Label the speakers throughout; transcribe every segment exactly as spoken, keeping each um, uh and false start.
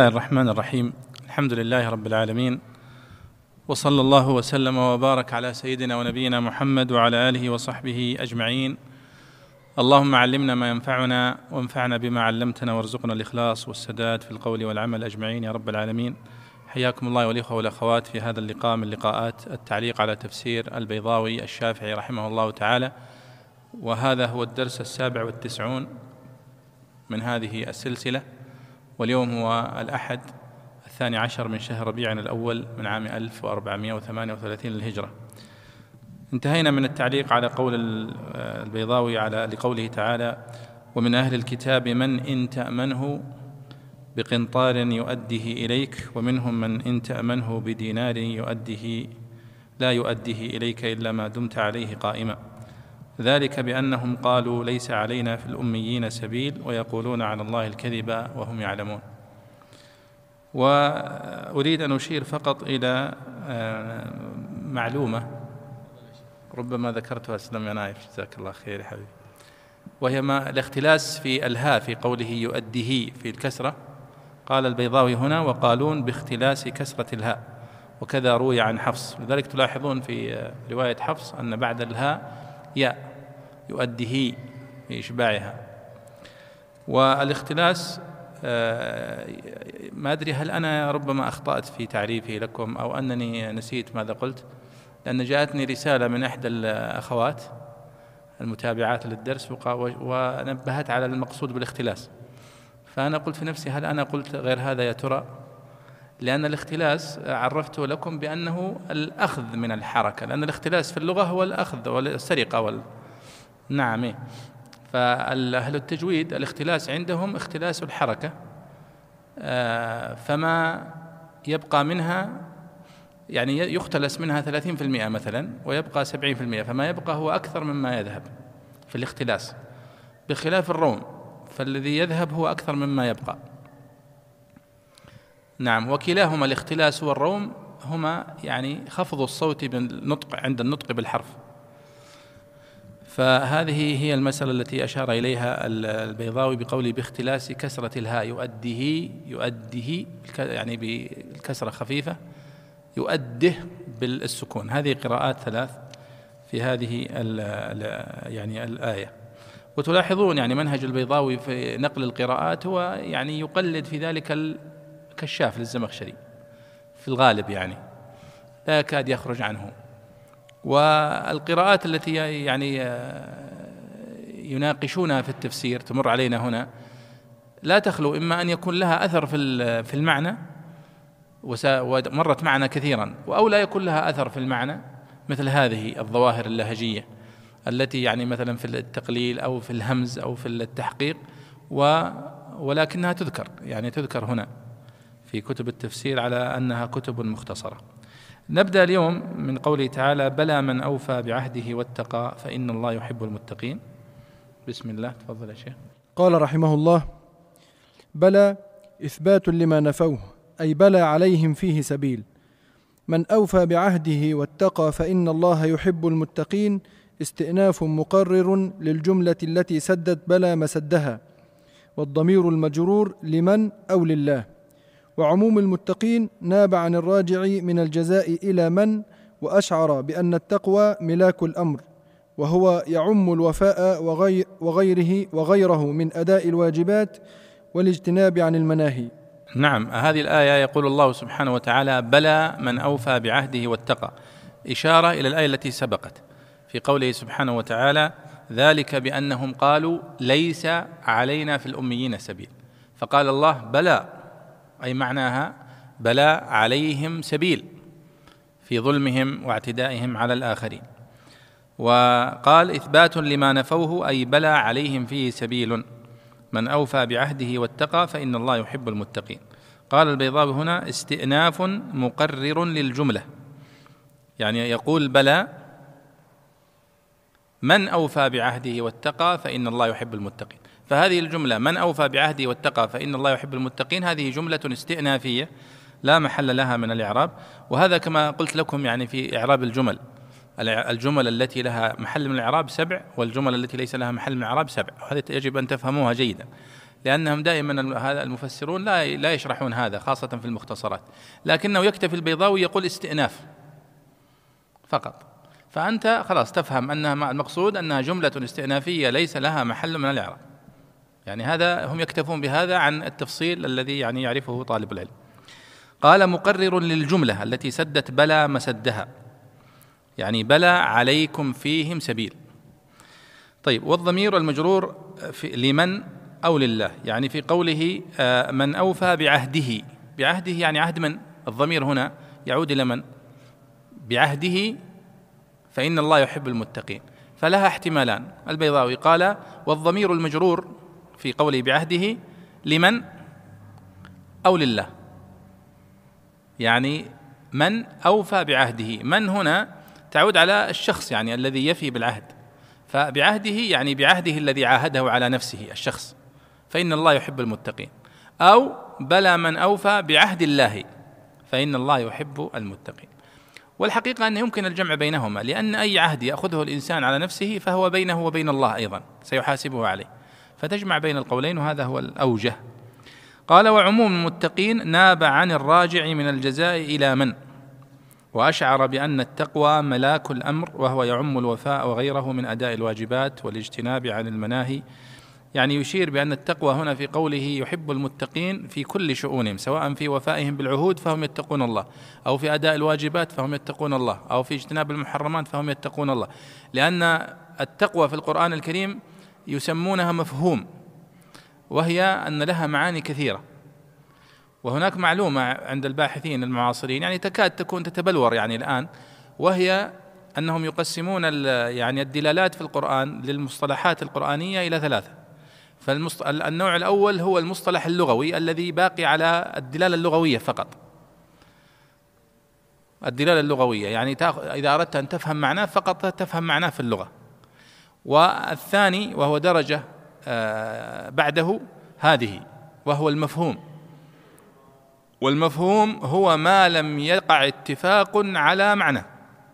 Speaker 1: الله الرحمن الرحيم. الحمد لله رب العالمين، وصلى الله وسلم وبارك على سيدنا ونبينا محمد وعلى آله وصحبه أجمعين. اللهم علمنا ما ينفعنا وانفعنا بما علمتنا وارزقنا الإخلاص والسداد في القول والعمل أجمعين يا رب العالمين. حياكم الله والإخوة والأخوات في هذا اللقاء من لقاءات التعليق على تفسير البيضاوي الشافعي رحمه الله تعالى، وهذا هو الدرس السابع والتسعون من هذه السلسلة، واليوم هو الأحد الثاني عشر من شهر ربيع الأول من عام ألف وأربعمائة وثمانية وثلاثين للهجرة. انتهينا من التعليق على قول البيضاوي على لقوله تعالى: ومن أهل الكتاب من إن تأمنه بقنطار يؤديه إليك ومنهم من إن تأمنه بدينار يؤديه لا يؤديه إليك إلا ما دمت عليه قائما، ذلك بأنهم قالوا ليس علينا في الأميين سبيل ويقولون على الله الكذب وهم يعلمون. وأريد أن أشير فقط إلى معلومة ربما ذكرتها سلام يا نايف، جزاك الله خير يا حبيبي، وهي ما الاختلاس في الهاء في قوله يؤديه في الكسرة. قال البيضاوي هنا: وقالون باختلاس كسرة الهاء، وكذا روي عن حفص. لذلك تلاحظون في رواية حفص أن بعد الهاء ياء يؤديه في إشباعها. والاختلاس ما أدري هل أنا ربما أخطأت في تعريفه لكم أو أنني نسيت ماذا قلت، لأن جاءتني رسالة من إحدى الأخوات المتابعات للدرس ونبهت على المقصود بالاختلاس، فأنا قلت في نفسي هل أنا قلت غير هذا يا ترى؟ لأن الاختلاس عرفته لكم بأنه الأخذ من الحركة، لأن الاختلاس في اللغة هو الأخذ والسرقة وال... نعم. فأهل التجويد الاختلاس عندهم اختلاس الحركة، فما يبقى منها يعني يختلس منها ثلاثين في المئة مثلا ويبقى سبعين في المئة، فما يبقى هو أكثر مما يذهب في الاختلاس، بخلاف الروم فالذي يذهب هو أكثر مما يبقى. نعم، وكلاهما الاختلاس والروم هما يعني خفض الصوت بالنطق عند النطق بالحرف. فهذه هي المسألة التي أشار إليها البيضاوي بقوله باختلاس كسرة الهاء يؤديه يؤديه يعني بالكسرة خفيفة، يؤده بالسكون. هذه قراءات ثلاث في هذه ال ال يعني الآية. وتلاحظون يعني منهج البيضاوي في نقل القراءات هو يعني يقلد في ذلك الكشاف للزمخشري في الغالب، يعني لا يكاد يخرج عنه. والقراءات التي يعني يناقشونها في التفسير تمر علينا هنا لا تخلو إما أن يكون لها أثر في في المعنى ومرت معنا كثيرا، أو لا يكون لها أثر في المعنى، مثل هذه الظواهر اللهجية التي يعني مثلا في التقليل أو في الهمز أو في التحقيق، ولكنها تذكر يعني تذكر هنا في كتب التفسير على أنها كتب مختصرة. نبدأ اليوم من قوله تعالى: بلى من أوفى بعهده واتقى فإن الله يحب المتقين. بسم الله، تفضل يا شيخ.
Speaker 2: قال رحمه الله: بلى إثبات لما نفوه، أي بلى عليهم فيه سبيل. من أوفى بعهده واتقى فإن الله يحب المتقين استئناف مقرر للجملة التي سدت بلى مسدها، والضمير المجرور لمن أو لله. وعموم المتقين ناب عن الراجع من الجزاء إلى من، وأشعر بأن التقوى ملاك الأمر، وهو يعم الوفاء وغيره وغيره من أداء الواجبات والاجتناب عن المناهي.
Speaker 1: نعم، هذه الآية يقول الله سبحانه وتعالى: بلى من أوفى بعهده واتقى، إشارة إلى الآية التي سبقت في قوله سبحانه وتعالى: ذلك بأنهم قالوا ليس علينا في الأميين سبيل. فقال الله بلى، أي معناها بلى عليهم سبيل في ظلمهم واعتدائهم على الآخرين. وقال إثبات لما نفوه، أي بلى عليهم فيه سبيل. من أوفى بعهده واتقى فإن الله يحب المتقين. قال البيضاوي هنا استئناف مقرر للجملة، يعني يقول بلى من أوفى بعهده واتقى فإن الله يحب المتقين. فهذه الجملة من أوفى بعهده واتقى فإن الله يحب المتقين هذه جملة استئنافية لا محل لها من الإعراب. وهذا كما قلت لكم يعني في إعراب الجمل، الجمل التي لها محل من الإعراب سبع، والجمل التي ليس لها محل من الإعراب سبع، وهذا يجب أن تفهموها جيدا. لأنهم دائما هذا المفسرون لا لا يشرحون هذا خاصة في المختصرات، لكنه يكتفي البيضاوي يقول استئناف فقط، فأنت خلاص تفهم أنها المقصود أنها جملة استئنافية ليس لها محل من الإعراب. يعني هذا هم يكتفون بهذا عن التفصيل الذي يعني يعرفه طالب العلم. قال مقرر للجملة التي سدت بلى مسدها، يعني بلى عليكم فيهم سبيل. طيب، والضمير المجرور في لمن أو لله، يعني في قوله من أوفى بعهده، بعهده يعني عهد من؟ الضمير هنا يعود إلى من؟ بعهده، فإن الله يحب المتقين، فلها احتمالان. البيضاوي قال والضمير المجرور في قوله بعهده لمن أو لله، يعني من أوفى بعهده، من هنا تعود على الشخص يعني الذي يفي بالعهد، فبعهده يعني بعهده الذي عاهده على نفسه الشخص، فإن الله يحب المتقين، أو بلى من أوفى بعهد الله فإن الله يحب المتقين. والحقيقة أن يمكن الجمع بينهما، لأن أي عهد يأخذه الإنسان على نفسه فهو بينه وبين الله أيضا سيحاسبه عليه، فتجمع بين القولين، وهذا هو الأوجه. قال وعموم المتقين ناب عن الراجع من الجزاء إلى من، وأشعر بأن التقوى ملاك الأمر، وهو يعم الوفاء وغيره من أداء الواجبات والاجتناب عن المناهي. يعني يشير بأن التقوى هنا في قوله يحب المتقين في كل شؤونهم، سواء في وفائهم بالعهود فهم يتقون الله، أو في أداء الواجبات فهم يتقون الله، أو في اجتناب المحرمات فهم يتقون الله. لأن التقوى في القرآن الكريم يسمونها مفهوم، وهي أن لها معاني كثيرة، وهناك معلومة عند الباحثين المعاصرين يعني تكاد تكون تتبلور يعني الآن، وهي أنهم يقسمون يعني الدلالات في القرآن للمصطلحات القرآنية إلى ثلاثة. فالنوع الأول هو المصطلح اللغوي الذي باقي على الدلالة اللغوية فقط، الدلالة اللغوية يعني إذا أردت أن تفهم معناه فقط تفهم معناه في اللغة. والثاني وهو درجة بعده هذه، وهو المفهوم، والمفهوم هو ما لم يقع اتفاق على معنى.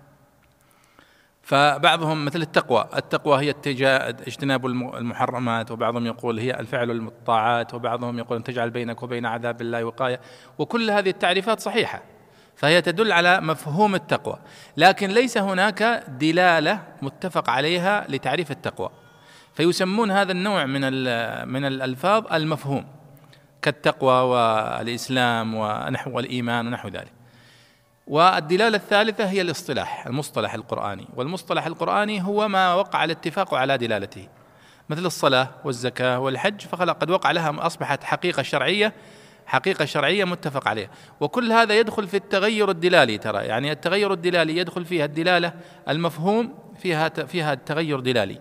Speaker 1: فبعضهم مثل التقوى، التقوى هي اجتناب المحرمات، وبعضهم يقول هي الفعل الطاعات، وبعضهم يقول أن تجعل بينك وبين عذاب الله وقاية، وكل هذه التعريفات صحيحة، فهي تدل على مفهوم التقوى، لكن ليس هناك دلالة متفق عليها لتعريف التقوى، فيسمون هذا النوع من من الألفاظ المفهوم، كالتقوى والإسلام ونحو الإيمان ونحو ذلك. والدلالة الثالثة هي الاصطلاح، المصطلح القرآني، والمصطلح القرآني هو ما وقع الاتفاق على دلالته، مثل الصلاة والزكاة والحج، فقد وقع لها أصبحت حقيقة شرعية، حقيقة شرعية متفق عليها. وكل هذا يدخل في التغير الدلالي، ترى يعني التغير الدلالي يدخل فيها الدلالة المفهوم، فيها فيها التغير دلالي،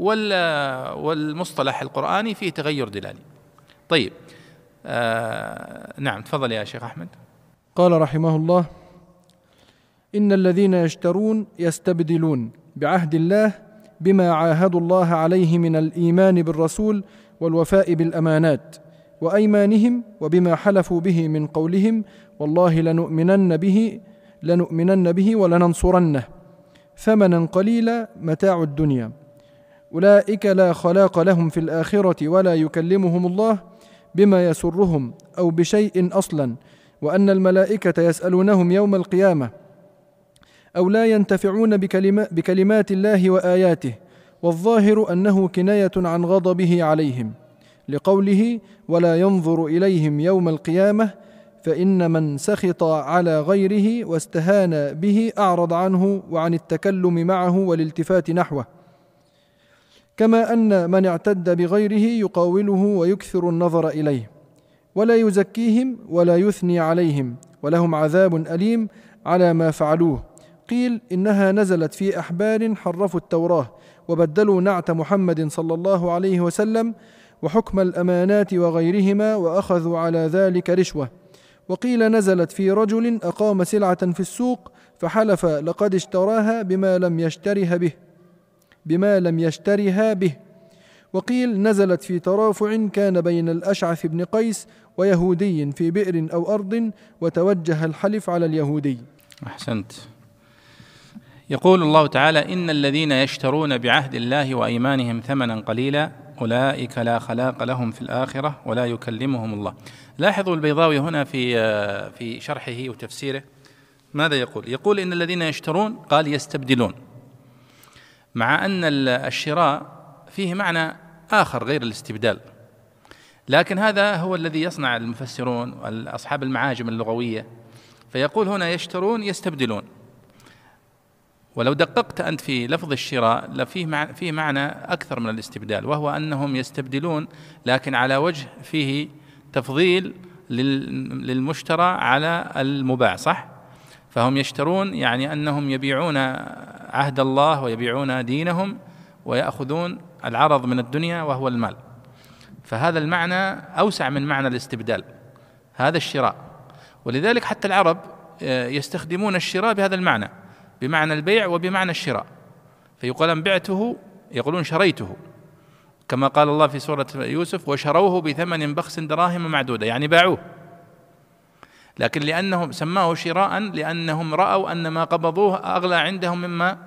Speaker 1: والمصطلح القرآني فيه تغير دلالي. طيب، آه نعم، تفضل يا شيخ أحمد.
Speaker 2: قال رحمه الله: إن الذين يشترون يستبدلون بعهد الله بما عاهدوا الله عليه من الإيمان بالرسول والوفاء بالأمانات وأيمانهم، وبما حلفوا به من قولهم والله لنؤمنن به لنؤمنن به ولننصرنه، ثمنا قليلا متاع الدنيا. أولئك لا خلاق لهم في الآخرة ولا يكلمهم الله بما يسرهم أو بشيء أصلا، وأن الملائكة يسألونهم يوم القيامة، أو لا ينتفعون بكلمات الله وآياته، والظاهر أنه كناية عن غضبه عليهم، لقوله ولا ينظر إليهم يوم القيامة، فإن من سخط على غيره واستهان به أعرض عنه وعن التكلم معه والالتفات نحوه، كما أن من اعتد بغيره يقاوله ويكثر النظر إليه، ولا يزكيهم ولا يثني عليهم، ولهم عذاب أليم على ما فعلوه. قيل إنها نزلت في أحبار حرفوا التوراة وبدلوا نعت محمد صلى الله عليه وسلم وحكم الأمانات وغيرهما، وأخذوا على ذلك رشوة. وقيل نزلت في رجل أقام سلعة في السوق فحلف لقد اشتراها بما لم يشترها به بما لم يشترها به. وقيل نزلت في ترافع كان بين الأشعث بن قيس ويهودي في بئر أو أرض، وتوجه الحلف على اليهودي.
Speaker 1: أحسنت. يقول الله تعالى: إن الذين يشترون بعهد الله وأيمانهم ثمنا قليلا أولئك لا خلاق لهم في الآخرة ولا يكلمهم الله. لاحظوا البيضاوي هنا في في شرحه وتفسيره ماذا يقول؟ يقول إن الذين يشترون قال يستبدلون، مع أن الشراء فيه معنى آخر غير الاستبدال، لكن هذا هو الذي يصنع المفسرون وأصحاب المعاجم اللغوية، فيقول هنا يشترون يستبدلون. ولو دققت أنت في لفظ الشراء لفيه فيه معنى أكثر من الاستبدال، وهو أنهم يستبدلون لكن على وجه فيه تفضيل للمشترى على المباع، صح؟ فهم يشترون يعني أنهم يبيعون عهد الله ويبيعون دينهم ويأخذون العرض من الدنيا وهو المال، فهذا المعنى أوسع من معنى الاستبدال، هذا الشراء. ولذلك حتى العرب يستخدمون الشراء بهذا المعنى، بمعنى البيع وبمعنى الشراء، فيقال بعته يقولون شريته، كما قال الله في سورة يوسف وشروه بثمن بخس دراهم معدودة، يعني باعوه، لكن لأنهم سماه شراء لأنهم رأوا أن ما قبضوه أغلى عندهم مما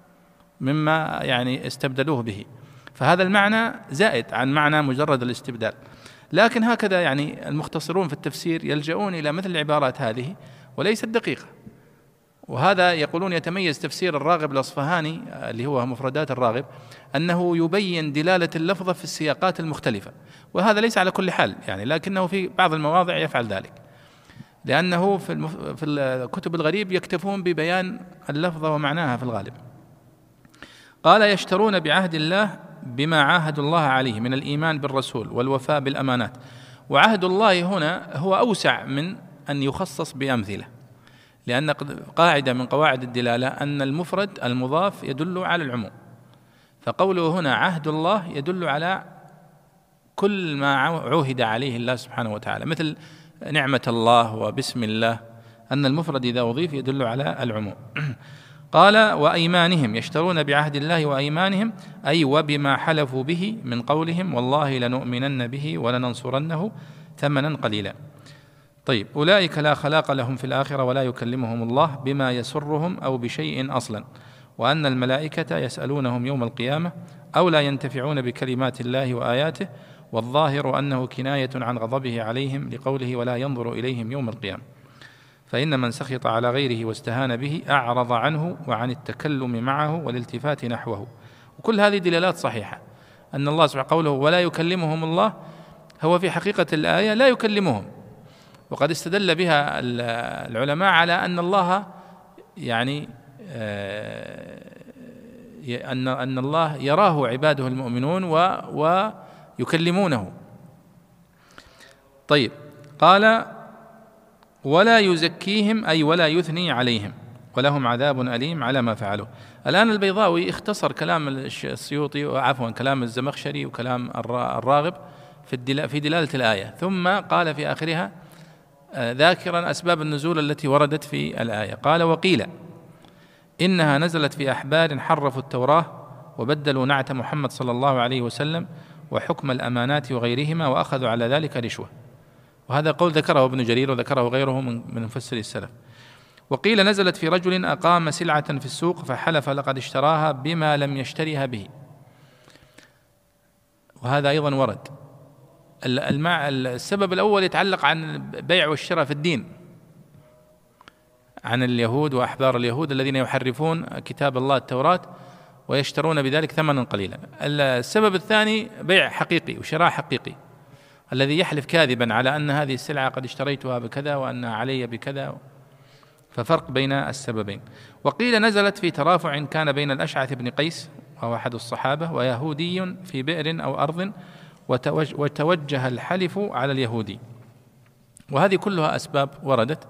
Speaker 1: مما يعني استبدلوه به، فهذا المعنى زائد عن معنى مجرد الاستبدال. لكن هكذا يعني المختصرون في التفسير يلجؤون إلى مثل العبارات هذه وليست دقيقة، وهذا يقولون يتميز تفسير الراغب الأصفهاني اللي هو مفردات الراغب أنه يبين دلالة اللفظة في السياقات المختلفة، وهذا ليس على كل حال يعني، لكنه في بعض المواضع يفعل ذلك، لأنه في, المف... في الكتب الغريب يكتفون ببيان اللفظة ومعناها في الغالب. قال يشترون بعهد الله بما عاهدوا الله عليه من الإيمان بالرسول والوفاء بالأمانات. وعهد الله هنا هو أوسع من أن يخصص بأمثلة، لأن قاعدة من قواعد الدلالة أن المفرد المضاف يدل على العموم، فقوله هنا عهد الله يدل على كل ما عوهد عليه الله سبحانه وتعالى، مثل نعمة الله وبسم الله، أن المفرد إذا أضيف يدل على العموم. قال وأيمانهم، يشترون بعهد الله وأيمانهم أي وبما حلفوا به من قولهم والله لنؤمنن به ولننصرنه ثمنا قليلا. طيب، أولئك لا خلاق لهم في الآخرة ولا يكلمهم الله بما يسرهم أو بشيء أصلا، وأن الملائكة يسألونهم يوم القيامة أو لا ينتفعون بكلمات الله وآياته، والظاهر أنه كناية عن غضبه عليهم لقوله ولا ينظر إليهم يوم القيامة، فإن من سخط على غيره واستهان به أعرض عنه وعن التكلم معه والالتفات نحوه. وكل هذه دلالات صحيحة، أن الله سبحانه قوله ولا يكلمهم الله هو في حقيقة الآية لا يكلمهم، وقد استدل بها العلماء على أن الله يعني أن أن الله يراه عباده المؤمنون ويكلمونه. طيب، قال ولا يزكيهم أي ولا يثني عليهم ولهم عذاب أليم على ما فعلوا. الآن البيضاوي اختصر كلام السيوطي وعفوا كلام الزمخشري وكلام الراغب في في دلالة الآية، ثم قال في آخرها ذاكرا أسباب النزول التي وردت في الآية، قال وقيل إنها نزلت في أحبار حرفوا التوراة وبدلوا نعت محمد صلى الله عليه وسلم وحكم الأمانات وغيرهما وأخذوا على ذلك رشوة. وهذا قول ذكره ابن جرير وذكره غيره من مفسري السلف. وقيل نزلت في رجل أقام سلعة في السوق فحلف لقد اشتراها بما لم يشتريها به، وهذا أيضا ورد. السبب الأول يتعلق عن البيع والشراء في الدين، عن اليهود وأحبار اليهود الذين يحرفون كتاب الله التوراة ويشترون بذلك ثمنا قليلا. السبب الثاني بيع حقيقي وشراء حقيقي، الذي يحلف كاذبا على أن هذه السلعة قد اشتريتها بكذا وأنها علي بكذا، ففرق بين السببين. وقيل نزلت في ترافع كان بين الأشعث بن قيس وهو أحد الصحابة ويهودي في بئر أو أرض وتوجه الحلف على اليهودي. وهذه كلها أسباب وردت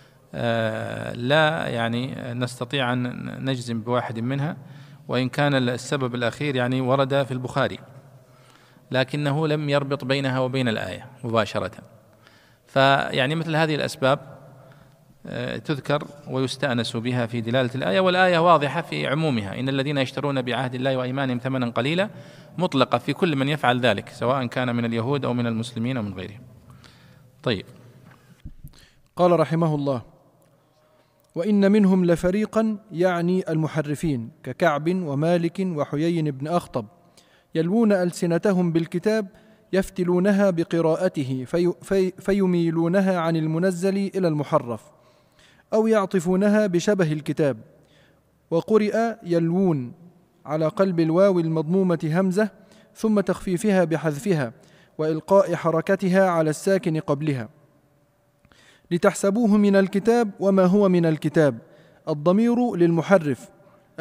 Speaker 1: لا يعني نستطيع أن نجزم بواحد منها، وإن كان السبب الأخير يعني ورد في البخاري لكنه لم يربط بينها وبين الآية مباشرة. فيعني مثل هذه الأسباب تذكر ويستأنس بها في دلالة الآية، والآية واضحة في عمومها، إن الذين يشترون بعهد الله وأيمانهم ثمنا قليلا مطلقة في كل من يفعل ذلك سواء كان من اليهود أو من المسلمين أو من غيرهم. طيب،
Speaker 2: قال رحمه الله وإن منهم لفريقا يعني المحرفين ككعب ومالك وحيي بن أخطب يلوون ألسنتهم بالكتاب يفتلونها بقراءته في في فيميلونها عن المنزل إلى المحرف أو يعطفونها بشبه الكتاب. وقرئ يلوون على قلب الواو المضمومة همزة ثم تخفيفها بحذفها وإلقاء حركتها على الساكن قبلها، لتحسبوه من الكتاب وما هو من الكتاب. الضمير للمحرف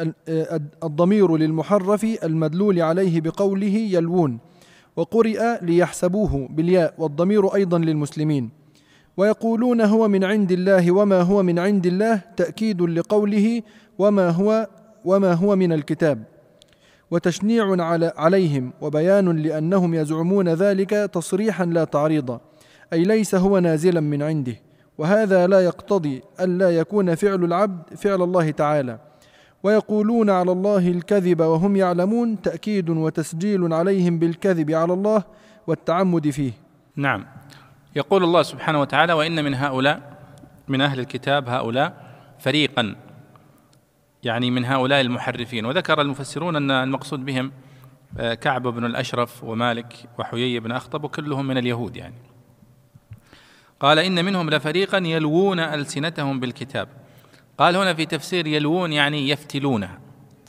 Speaker 2: الضمير للمحرف المدلول عليه بقوله يلوون. وقرئ ليحسبوه بالياء والضمير أيضا للمسلمين. ويقولون هو من عند الله وما هو من عند الله تأكيد لقوله وما هو وما هو من الكتاب، وتشنيع على عليهم وبيان لأنهم يزعمون ذلك تصريحا لا تعريضا، أي ليس هو نازلا من عنده، وهذا لا يقتضي ألا يكون فعل العبد فعل الله تعالى. ويقولون على الله الكذب وهم يعلمون تأكيد وتسجيل عليهم بالكذب على الله والتعمد فيه.
Speaker 1: نعم. يقول الله سبحانه وتعالى: وإن من هؤلاء من أهل الكتاب هؤلاء فريقا، يعني من هؤلاء المحرفين. وذكر المفسرون أن المقصود بهم كعب بن الأشرف ومالك وحيي بن أخطب وكلهم من اليهود. يعني قال: إن منهم لفريقا يلوون ألسنتهم بالكتاب. قال هنا في تفسير يلوون يعني يفتلونها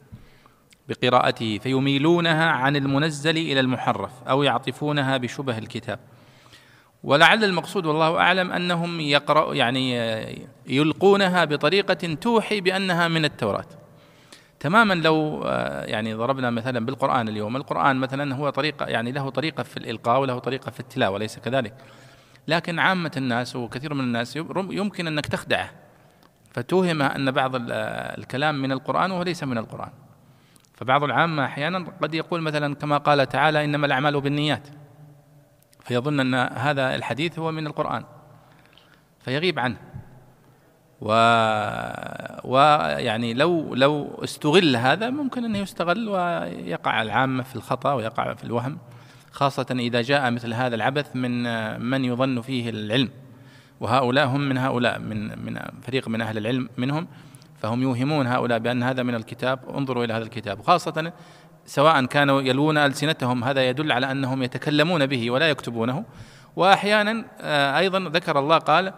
Speaker 1: بقراءته فيميلونها عن المنزل إلى المحرف أو يعطفونها بشبه الكتاب. ولعل المقصود والله أعلم أنهم يقرأ يعني يلقونها بطريقة توحي بأنها من التوراة تماما. لو يعني ضربنا مثلا بالقرآن اليوم، القرآن مثلا هو طريقة يعني له طريقة في الإلقاء وله طريقة في التلاوة، ليس كذلك؟ لكن عامة الناس وكثير من الناس يمكن أنك تخدعه فتوهم أن بعض الكلام من القرآن وهو ليس من القرآن. فبعض العامة أحيانا قد يقول مثلا كما قال تعالى: إنما الأعمال بالنيات، فيظن أن هذا الحديث هو من القرآن فيغيب عنه. ويعني لو لو استغل هذا ممكن أن يستغل ويقع العامة في الخطأ ويقع في الوهم، خاصة إذا جاء مثل هذا العبث من من يظن فيه العلم، وهؤلاء هم من هؤلاء من من فريق من أهل العلم منهم، فهم يوهمون هؤلاء بأن هذا من الكتاب. انظروا إلى هذا الكتاب، وخاصة سواء كانوا يلوون ألسنتهم، هذا يدل على أنهم يتكلمون به ولا يكتبونه. وأحيانا أيضا ذكر الله قال: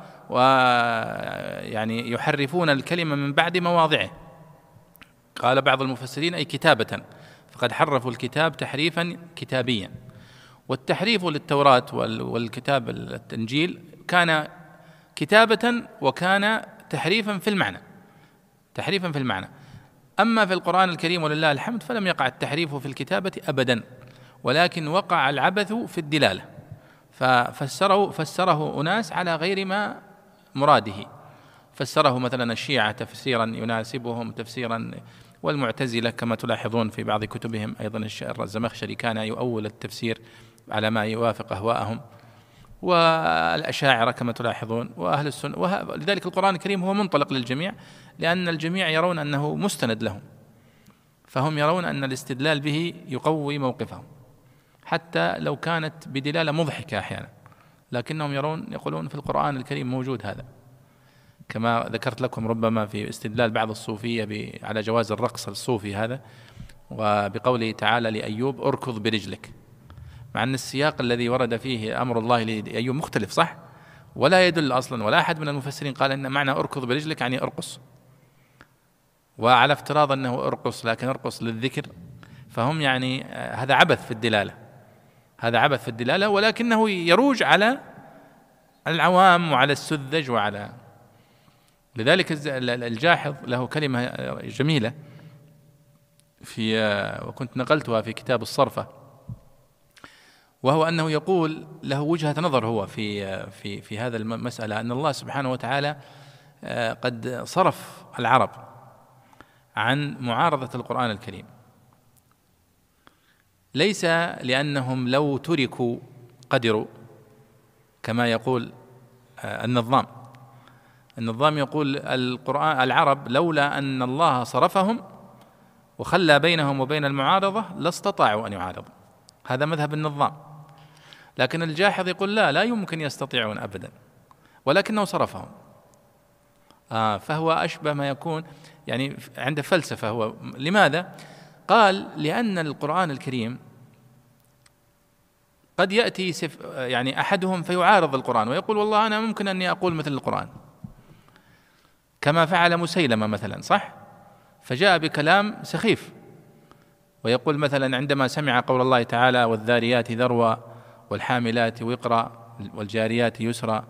Speaker 1: ويعني يحرفون الكلمة من بعد مواضعه. قال بعض المفسرين: أي كتابة، فقد حرفوا الكتاب تحريفا كتابيا. والتحريف للتوراة والكتاب الإنجيل كان كتابة وكان تحريفا في المعنى، تحريفا في المعنى. أما في القرآن الكريم ولله الحمد فلم يقع التحريف في الكتابة أبدا، ولكن وقع العبث في الدلالة، ففسره فسره أناس على غير ما مراده. فسره مثلا الشيعة تفسيرا يناسبهم تفسيرا، والمعتزلة كما تلاحظون في بعض كتبهم أيضا الزمخشري كان يؤول التفسير على ما يوافق أهواءهم، والأشاعرة كما تلاحظون، وأهل السنة. لذلك القرآن الكريم هو منطلق للجميع، لأن الجميع يرون أنه مستند لهم، فهم يرون أن الاستدلال به يقوي موقفهم حتى لو كانت بدلالة مضحكة أحيانا، لكنهم يرون يقولون في القرآن الكريم موجود هذا. كما ذكرت لكم ربما في استدلال بعض الصوفية على جواز الرقص الصوفي هذا، وبقوله تعالى لأيوب: اركض برجلك، مع أن السياق الذي ورد فيه أمر الله لأيوب مختلف صح، ولا يدل أصلا، ولا أحد من المفسرين قال إن معنى اركض برجلك يعني ارقص، وعلى افتراض أنه ارقص لكن ارقص للذكر، فهم يعني هذا عبث في الدلالة، هذا عبث في الدلالة، ولكنه يروج على العوام وعلى السذج وعلى. لذلك الجاحظ له كلمة جميلة في وكنت نقلتها في كتاب الصرفة، وهو أنه يقول له وجهة نظر هو في في في هذا المسألة، أن الله سبحانه وتعالى قد صرف العرب عن معارضة القرآن الكريم، ليس لأنهم لو تركوا قدروا، كما يقول النظام النظام يقول القرآن العرب لولا أن الله صرفهم وخلى بينهم وبين المعارضة لاستطاعوا أن يعارضوا، هذا مذهب النظام. لكن الجاحظ يقول لا لا يمكن يستطيعون أبدا، ولكنه صرفهم. آه فهو أشبه ما يكون يعني عند فلسفة. هو لماذا؟ قال لأن القرآن الكريم قد يأتي سف يعني أحدهم فيعارض القرآن ويقول والله أنا ممكن أني أقول مثل القرآن، كما فعل مسيلمة مثلا، صح؟ فجاء بكلام سخيف ويقول مثلا عندما سمع قول الله تعالى والذاريات ذروا والحاملات وقرا والجاريات يسرا،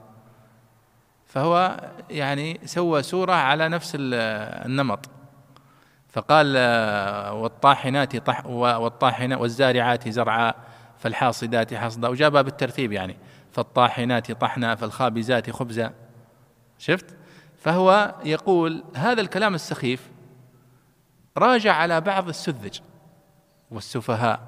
Speaker 1: فهو يعني سوى سورة على نفس النمط، فقال والطاحنات طح والطاحنات والزارعات زرعا فالحاصدات حصدا، وجابها بالترتيب يعني فالطاحنات طحنا فالخابزات خبزا. شفت؟ فهو يقول هذا الكلام السخيف راجع على بعض السذج والسفهاء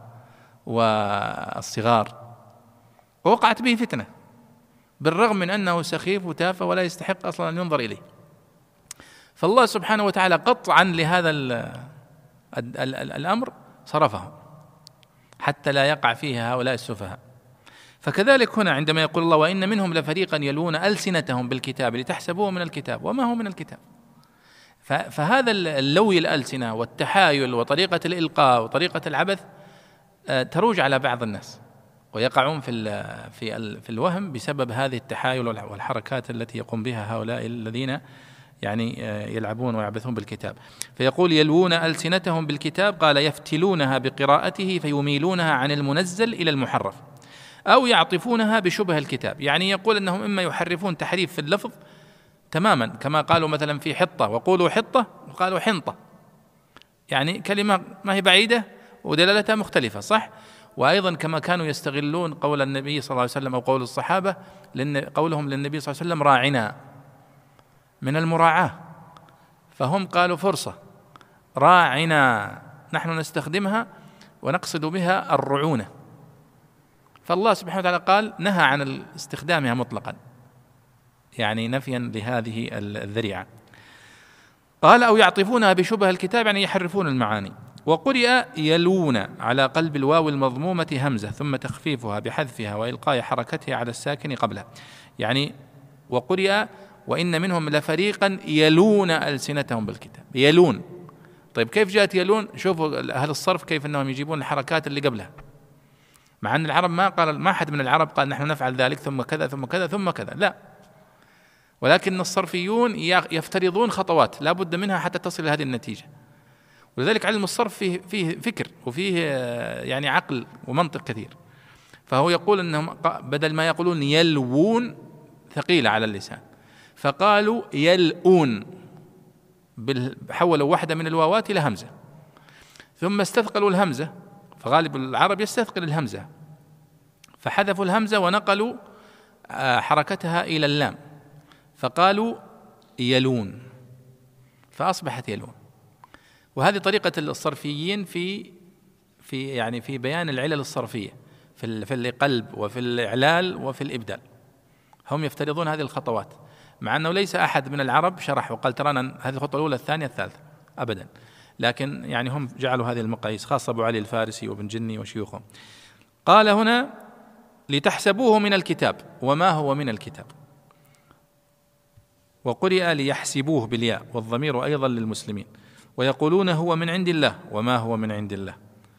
Speaker 1: والصغار، ووقعت به فتنة بالرغم من أنه سخيف وتافه ولا يستحق أصلا أن ينظر إليه. فالله سبحانه وتعالى قطعا لهذا ال ال ال الأمر صرفه حتى لا يقع فيها هؤلاء السفهاء. فكذلك هنا عندما يقول الله وإن منهم لفريقا يلوون ألسنتهم بالكتاب لتحسبوه من الكتاب وما هو من الكتاب، فهذا اللوي الألسنة والتحايل وطريقة الإلقاء وطريقة العبث تروج على بعض الناس ويقعون في في في الوهم بسبب هذه التحايل والحركات التي يقوم بها هؤلاء الذين يعني يلعبون ويعبثون بالكتاب. فيقول يلوون ألسنتهم بالكتاب، قال يفتلونها بقراءته فيميلونها عن المنزل إلى المحرف أو يعطفونها بشبه الكتاب، يعني يقول أنهم إما يحرفون تحريف في اللفظ تماما كما قالوا مثلا في حطة وقولوا حطة وقالوا حنطة، يعني كلمة ما هي بعيدة ودلالتها مختلفة، صح؟ وأيضا كما كانوا يستغلون قول النبي صلى الله عليه وسلم أو قول الصحابة لأن قولهم للنبي صلى الله عليه وسلم راعنا من المراعاة، فهم قالوا فرصة راعنا، نحن نستخدمها ونقصد بها الرعونة، فالله سبحانه وتعالى قال نهى عن استخدامها مطلقا، يعني نفيا لهذه الذريعة. قال أو يعطفونها بشبه الكتاب، يعني يحرفون المعاني. وقرئ يلون على قلب الواو المضمومة همزة ثم تخفيفها بحذفها وإلقاء حركتها على الساكن قبلها، يعني وقرئ وإن منهم لفريقا يلون ألسنتهم بالكتاب، يلون. طيب كيف جاءت يلون؟ شوفوا أهل الصرف كيف أنهم يجيبون الحركات اللي قبلها، مع أن العرب ما قال، ما أحد من العرب قال نحن نفعل ذلك ثم كذا ثم كذا ثم كذا، لا، ولكن الصرفيون يفترضون خطوات لا بد منها حتى تصل إلى هذه النتيجة. ولذلك علم الصرف فيه, فيه فكر وفيه يعني عقل ومنطق كثير. فهو يقول أنهم بدل ما يقولون يلوون ثقيلة على اللسان فقالوا يلؤون، حولوا واحدة من الواوات إلى همزة، ثم استثقلوا الهمزة، فغالب العرب يستثقل الهمزة، فحذفوا الهمزة ونقلوا حركتها إلى اللام فقالوا يلون، فأصبحت يلون. وهذه طريقة الصرفيين في في يعني في بيان العلل الصرفية في في القلب وفي الإعلال وفي الإبدال، هم يفترضون هذه الخطوات، مع أنه ليس أحد من العرب شرح وقال ترانا هذه الخطوة الأولى الثانية الثالثة أبدا، لكن يعني هم جعلوا هذه المقاييس، خاصة أبو علي الفارسي وابن جني وشيوخهم. قال هنا لتحسبوه من الكتاب وما هو من الكتاب، وقرئ ليحسبوه بالياء والضمير أيضا للمسلمين، ويقولون هو من عند الله وما هو من عند الله.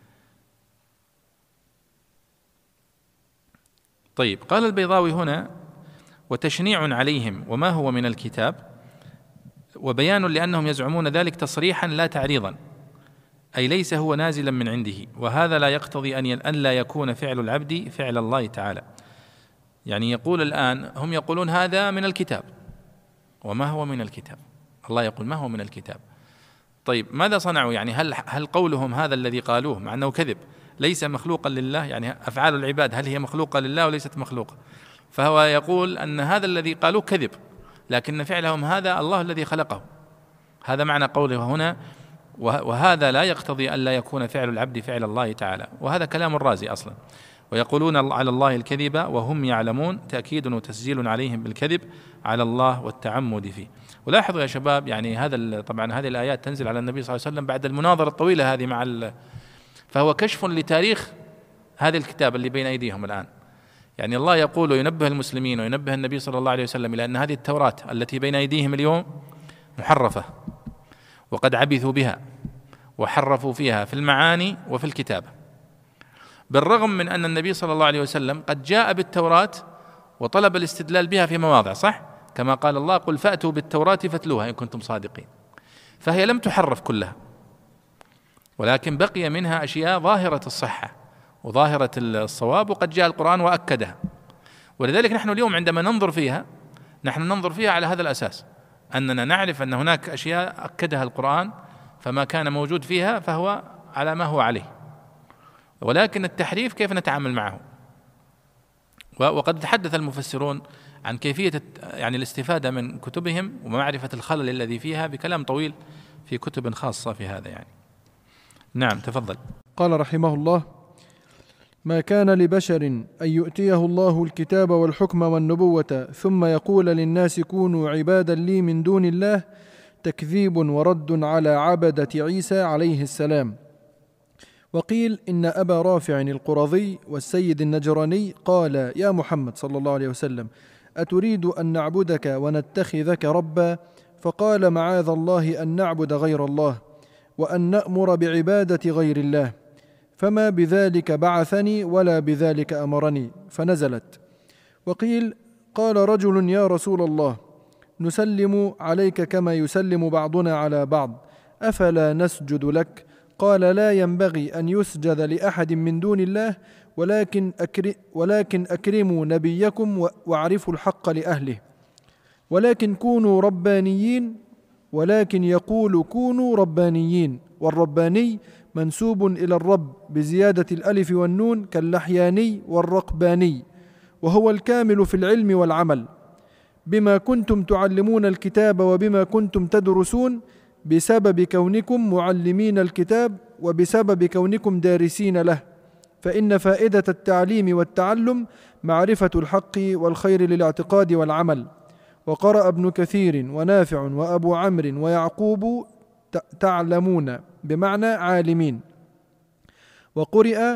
Speaker 1: طيب قال البيضاوي هنا وتشنيع عليهم وما هو من الكتاب، وبيان لأنهم يزعمون ذلك تصريحا لا تعريضا، أي ليس هو نازلا من عنده، وهذا لا يقتضي أن لا يكون فعل العبد فعل الله تعالى. يعني يقول الآن هم يقولون هذا من الكتاب وما هو من الكتاب، الله يقول ما هو من الكتاب. طيب ماذا صنعوا؟ يعني هل هل قولهم هذا الذي قالوه مع أنه كذب ليس مخلوقا لله؟ يعني أفعال العباد هل هي مخلوقة لله وليست مخلوقة؟ فهو يقول أن هذا الذي قالوه كذب، لكن فعلهم هذا الله الذي خلقه، هذا معنى قوله هنا وهذا لا يقتضي أن لا يكون فعل العبد فعل الله تعالى، وهذا كلام الرازي أصلا. ويقولون على الله الكذب وهم يعلمون، تأكيد وتسجيل عليهم بالكذب على الله والتعمد فيه. ولاحظوا يا شباب يعني هذا طبعا هذه الآيات تنزل على النبي صلى الله عليه وسلم بعد المناظرة الطويلة هذه مع ال... فهو كشف لتاريخ هذا الكتاب اللي بين أيديهم الآن. يعني الله يقول وينبه المسلمين وينبه النبي صلى الله عليه وسلم إلى أن هذه التوراة التي بين أيديهم اليوم محرفة وقد عبثوا بها وحرفوا فيها في المعاني وفي الكتابة، بالرغم من أن النبي صلى الله عليه وسلم قد جاء بالتوراة وطلب الاستدلال بها في مواضع، صح؟ كما قال الله: قل فأتوا بالتوراة فاتلوها إن كنتم صادقين. فهي لم تحرف كلها، ولكن بقي منها أشياء ظاهرة الصحة وظاهرة الصواب، وقد جاء القرآن وأكدها. ولذلك نحن اليوم عندما ننظر فيها نحن ننظر فيها على هذا الأساس، أننا نعرف أن هناك أشياء أكدها القرآن، فما كان موجود فيها فهو على ما هو عليه. ولكن التحريف كيف نتعامل معه؟ وقد تحدث المفسرون عن كيفية يعني الاستفادة من كتبهم ومعرفة الخلل الذي فيها بكلام طويل في كتب خاصة في هذا يعني. نعم، تفضل.
Speaker 2: قال رحمه الله: ما كان لبشر أن يؤتيه الله الكتاب والحكم والنبوة ثم يقول للناس كونوا عبادا لي من دون الله، تكذيب ورد على عبدة عيسى عليه السلام. وقيل إن أبا رافع القرظي والسيد النجراني قال: يا محمد صلى الله عليه وسلم، أتريد أن نعبدك ونتخذك ربا؟ فقال: معاذ الله أن نعبد غير الله وأن نأمر بعبادة غير الله، فما بذلك بعثني ولا بذلك أمرني، فنزلت. وقيل: قال رجل: يا رسول الله، نسلم عليك كما يسلم بعضنا على بعض، أفلا نسجد لك؟ قال: لا ينبغي أن يسجد لأحد من دون الله، ولكن, أكر ولكن أكرموا نبيكم واعرفوا الحق لأهله، ولكن كونوا ربانيين، ولكن يقول كونوا ربانيين، والرباني منسوب إلى الرب بزيادة الألف والنون كاللحياني والرقباني، وهو الكامل في العلم والعمل، بما كنتم تعلمون الكتاب وبما كنتم تدرسون، بسبب كونكم معلمين الكتاب وبسبب كونكم دارسين له، فإن فائدة التعليم والتعلم معرفة الحق والخير للاعتقاد والعمل. وقرأ ابن كثير ونافع وأبو عمرو ويعقوب تعلمون بمعنى عالمين، وقرئ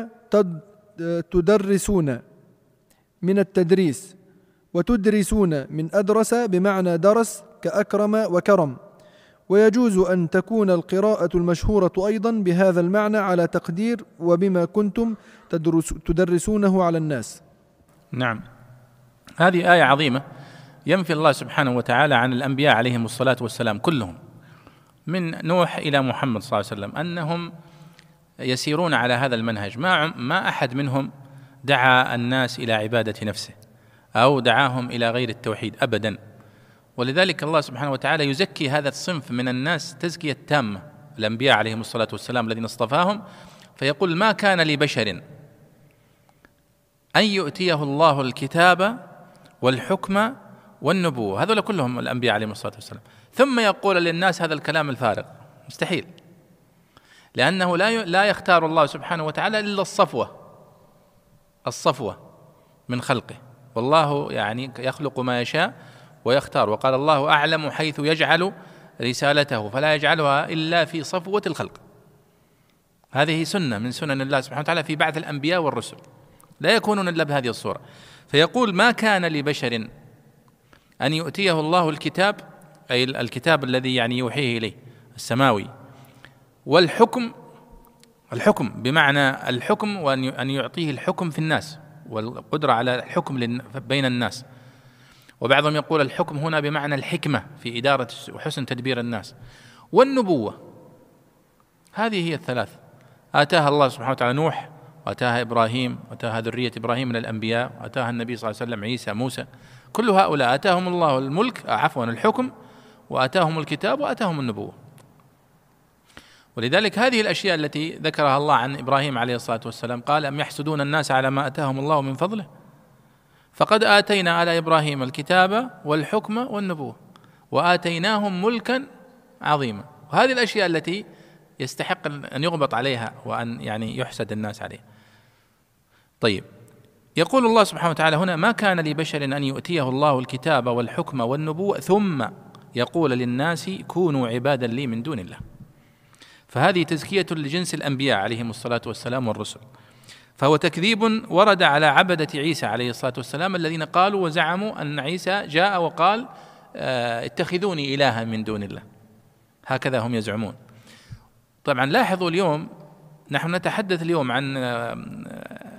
Speaker 2: تدرسون من التدريس، وتدرسون من أدرس بمعنى درس كأكرم وكرم. ويجوز أن تكون القراءة المشهورة أيضا بهذا المعنى على تقدير وبما كنتم تدرس تدرسونه على الناس.
Speaker 1: نعم، هذه آية عظيمة ينفي الله سبحانه وتعالى عن الأنبياء عليهم الصلاة والسلام كلهم من نوح إلى محمد صلى الله عليه وسلم أنهم يسيرون على هذا المنهج. ما ما أحد منهم دعا الناس إلى عبادة نفسه أو دعاهم إلى غير التوحيد أبدا. ولذلك الله سبحانه وتعالى يزكي هذا الصنف من الناس تزكية تامة، الأنبياء عليهم الصلاة والسلام الذين اصطفاهم، فيقول: ما كان لبشر أن يؤتيه الله الكتاب والحكم والنبوة، هذول كلهم الأنبياء عليهم الصلاة والسلام، ثم يقول للناس هذا الكلام الفارغ. مستحيل، لأنه لا لا يختار الله سبحانه وتعالى إلا الصفوة الصفوة من خلقه، والله يعني يخلق ما يشاء ويختار. وقال: الله أعلم حيث يجعل رسالته فلا يجعلها إلا في صفوة الخلق. هذه سنة من سنن الله سبحانه وتعالى في بعث الأنبياء والرسل، لا يكونون إلا بهذه الصورة. فيقول: ما كان لبشر أن يؤتيه الله الكتاب، أي الكتاب الذي يعني يوحيه إليه السماوي، والحكم، الحكم بمعنى الحكم وأن يعطيه الحكم في الناس والقدرة على الحكم بين الناس. وبعضهم يقول الحكم هنا بمعنى الحكمة في إدارة وحسن تدبير الناس، والنبوة. هذه هي الثلاث آتاها الله سبحانه وتعالى نوح، وآتاها إبراهيم، وآتاها ذرية إبراهيم من الأنبياء، وآتاها النبي صلى الله عليه وسلم عيسى، موسى. كل هؤلاء آتاهم الله الملك عفوا الحكم، وآتاهم الكتاب، وآتاهم النبوة. ولذلك هذه الأشياء التي ذكرها الله عن إبراهيم عليه الصلاة والسلام، قال: أم يحسدون الناس على ما آتاهم الله من فضله، فقد آتينا على إبراهيم الكتاب والحكم والنبوة وآتيناهم ملكا عظيما. وهذه الأشياء التي يستحق أن يغبط عليها وأن يعني يحسد الناس عليها. طيب، يقول الله سبحانه وتعالى هنا: ما كان لبشر أن يؤتيه الله الكتاب والحكم والنبوة ثم يقول للناس كونوا عبادا لي من دون الله. فهذه تزكية لجنس الأنبياء عليهم الصلاة والسلام والرسل. فهو تكذيب ورد على عبدة عيسى عليه الصلاة والسلام الذين قالوا وزعموا أن عيسى جاء وقال: اتخذوني إلها من دون الله. هكذا هم يزعمون. طبعا لاحظوا اليوم نحن نتحدث اليوم عن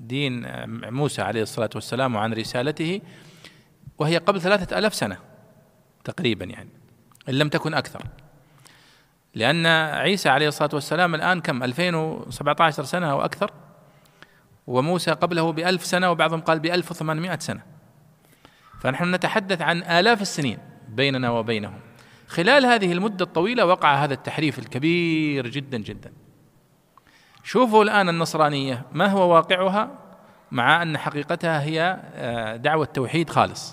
Speaker 1: دين موسى عليه الصلاة والسلام وعن رسالته، وهي قبل ثلاثة آلاف سنة تقريبا يعني إن لم تكن أكثر، لأن عيسى عليه الصلاة والسلام الآن كم ألفين وسبعة عشر سنة أو أكثر، وموسى قبله بألف سنة، وبعضهم قال بألف وثمانمائة سنة، فنحن نتحدث عن آلاف السنين بيننا وبينهم. خلال هذه المدة الطويلة وقع هذا التحريف الكبير جدا جدا. شوفوا الآن النصرانية ما هو واقعها، مع أن حقيقتها هي دعوة توحيد خالص،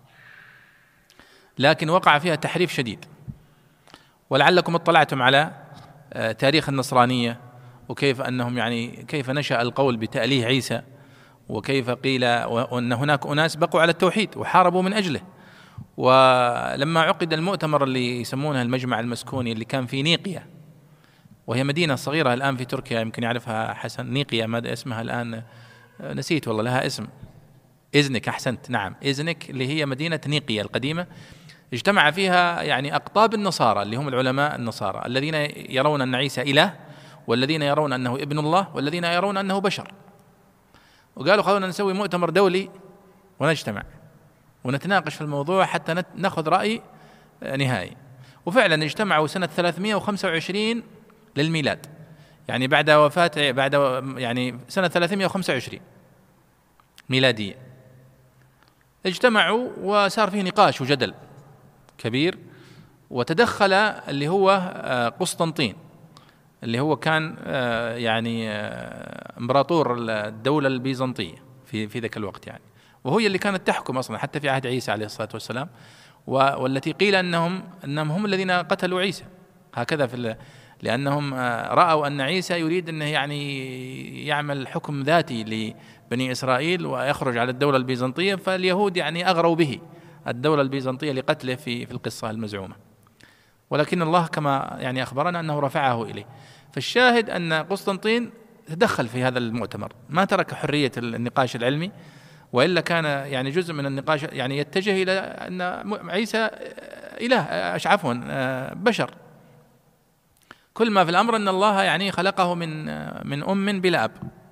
Speaker 1: لكن وقع فيها تحريف شديد. ولعلكم اطلعتم على تاريخ النصرانية، وكيف أنهم يعني كيف نشأ القول بتأليه عيسى، وكيف قيل أن هناك أناس بقوا على التوحيد وحاربوا من أجله. ولما عقد المؤتمر اللي يسمونه المجمع المسكوني اللي كان في نيقيا، وهي مدينة صغيرة الآن في تركيا، يمكن يعرفها حسن، نيقيا ماذا اسمها الآن نسيت والله، لها اسم، إزنك، أحسنت، نعم إزنك، اللي هي مدينة نيقيا القديمة. اجتمع فيها يعني أقطاب النصارى اللي هم العلماء النصارى الذين يرون أن عيسى إله، والذين يرون أنه ابن الله، والذين يرون أنه بشر، وقالوا خلونا نسوي مؤتمر دولي ونجتمع ونتناقش في الموضوع حتى نأخذ رأي نهائي. وفعلا اجتمعوا سنة ثلاثمائة وخمسة وعشرين للميلاد، يعني بعد وفاة بعد يعني سنة ثلاثمائة وخمسة وعشرين ميلادية، اجتمعوا وصار فيه نقاش وجدل كبير. وتدخل اللي هو قسطنطين، اللي هو كان يعني امبراطور الدولة البيزنطية في في ذاك الوقت يعني، وهي اللي كانت تحكم أصلا حتى في عهد عيسى عليه الصلاة والسلام، والتي قيل أنهم أنهم هم الذين قتلوا عيسى هكذا في، لأنهم رأوا أن عيسى يريد أنه يعني يعمل حكم ذاتي لبني إسرائيل ويخرج على الدولة البيزنطية، فاليهود يعني أغروا به الدولة البيزنطية لقتله في في القصة المزعومة، ولكن الله كما يعني أخبرنا أنه رفعه إليه. فالشاهد أن قسطنطين تدخل في هذا المؤتمر، ما ترك حرية النقاش العلمي، وإلا كان يعني جزء من النقاش يعني يتجه إلى أن عيسى إله، عفوا بشر، كل ما في الأمر أن الله يعني خلقه من من أم بلا أب.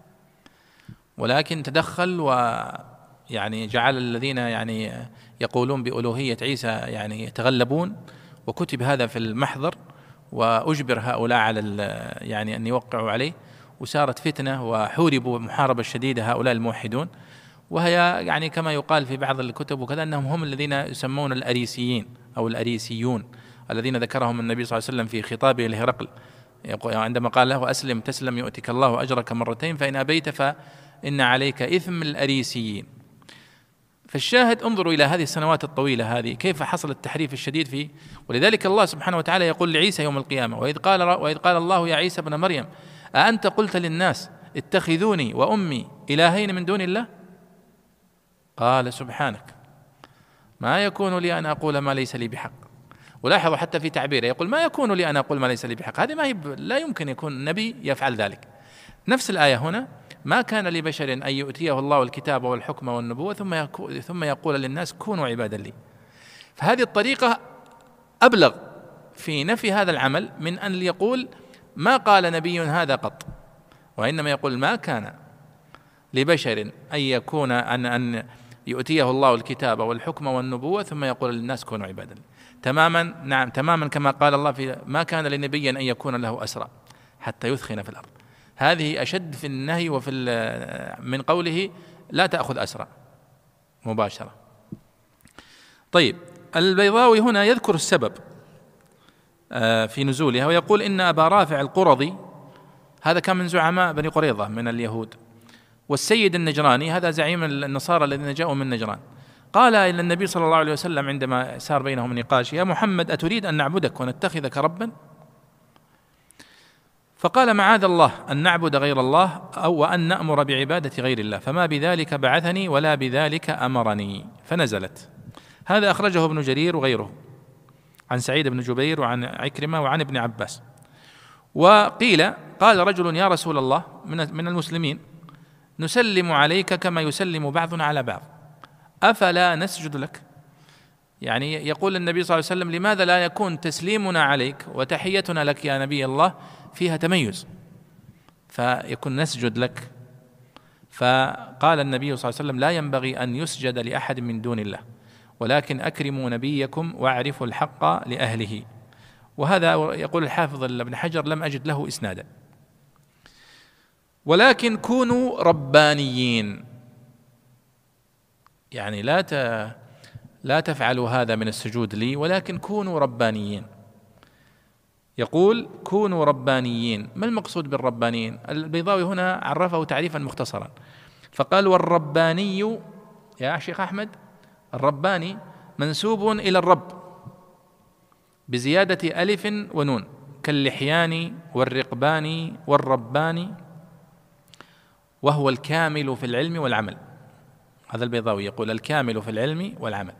Speaker 1: ولكن تدخل ويعني جعل الذين يعني يقولون بألوهية عيسى يعني يتغلبون، وكتب هذا في المحضر، وأجبر هؤلاء على يعني أن يوقعوا عليه، وصارت فتنة وحوربوا محاربة شديدة هؤلاء الموحدون. وهي يعني كما يقال في بعض الكتب وكذا أنهم هم الذين يسمون الأريسيين أو الأريسيون، الذين ذكرهم النبي صلى الله عليه وسلم في خطابه لهرقل عندما قال له أسلم تسلم يؤتك الله أجرك مرتين فإن أبيت فإن عليك إثم الأريسيين. فالشاهد انظروا إلى هذه السنوات الطويلة هذه كيف حصل التحريف الشديد فيه. ولذلك الله سبحانه وتعالى يقول لعيسى يوم القيامة: وإذ قال, وإذ قال الله يا عيسى ابن مريم أأنت قلت للناس اتخذوني وأمي إلهين من دون الله؟ قال سبحانك ما يكون لي أن أقول ما ليس لي بحق. ولاحظوا حتى في تعبيره يقول ما يكون لي أن أقول ما ليس لي بحق، هذه ما هي، لا يمكن يكون نبي يفعل ذلك. نفس الآية هنا: ما كان لبشر أن يؤتيه الله الكتاب والحكم والنبوة ثم ثم يقول للناس كونوا عبادا لي. فهذه الطريقة أبلغ في نفي هذا العمل من أن يقول ما قال نبي هذا قط، وإنما يقول ما كان لبشر أن يكون أن أن يؤتيه الله الكتاب والحكم والنبوة ثم يقول للناس كونوا عبادا لي. تماما، نعم تماما كما قال الله في ما كان لنبي أن يكون له أسرى حتى يثخن في الأرض. هذه أشد في النهي وفي من قوله لا تأخذ أسرى مباشرة. طيب، البيضاوي هنا يذكر السبب في نزولها ويقول إن أبا رافع القرظي هذا كان من زعماء بني قريظة من اليهود، والسيد النجراني هذا زعيم النصارى الذين جاءوا من نجران، قال إلى النبي صلى الله عليه وسلم عندما صار بينهم نقاش: يا محمد أتريد أن نعبدك ونتخذك ربا؟ فقال: معاذ الله أن نعبد غير الله أو وأن نأمر بعبادة غير الله، فما بذلك بعثني ولا بذلك أمرني. فنزلت. هذا أخرجه ابن جرير وغيره عن سعيد بن جبير وعن عكرمة وعن ابن عباس. وقيل قال رجل: يا رسول الله من المسلمين نسلم عليك كما يسلم بعضنا على بعض، أفلا نسجد لك؟ يعني يقول النبي صلى الله عليه وسلم: لماذا لا يكون تسليمنا عليك وتحيتنا لك يا نبي الله فيها تميز، فيكون نسجد لك؟ فقال النبي صلى الله عليه وسلم: لا ينبغي أن يسجد لأحد من دون الله، ولكن أكرموا نبيكم واعرفوا الحق لأهله. وهذا يقول الحافظ ابن حجر لم أجد له إسنادا. ولكن كونوا ربانيين، يعني لا لا تفعلوا هذا من السجود لي، ولكن كونوا ربانيين. يقول: كونوا ربانيين. ما المقصود بالربانيين؟ البيضاوي هنا عرفه تعريفا مختصرا، فقال: والرباني يا شيخ أحمد، الرباني منسوب إلى الرب بزيادة ألف ونون، كاللحيان والرقبان والربان، وهو الكامل في العلم والعمل. هذا البيضاوي يقول: الكامل في العلم والعمل.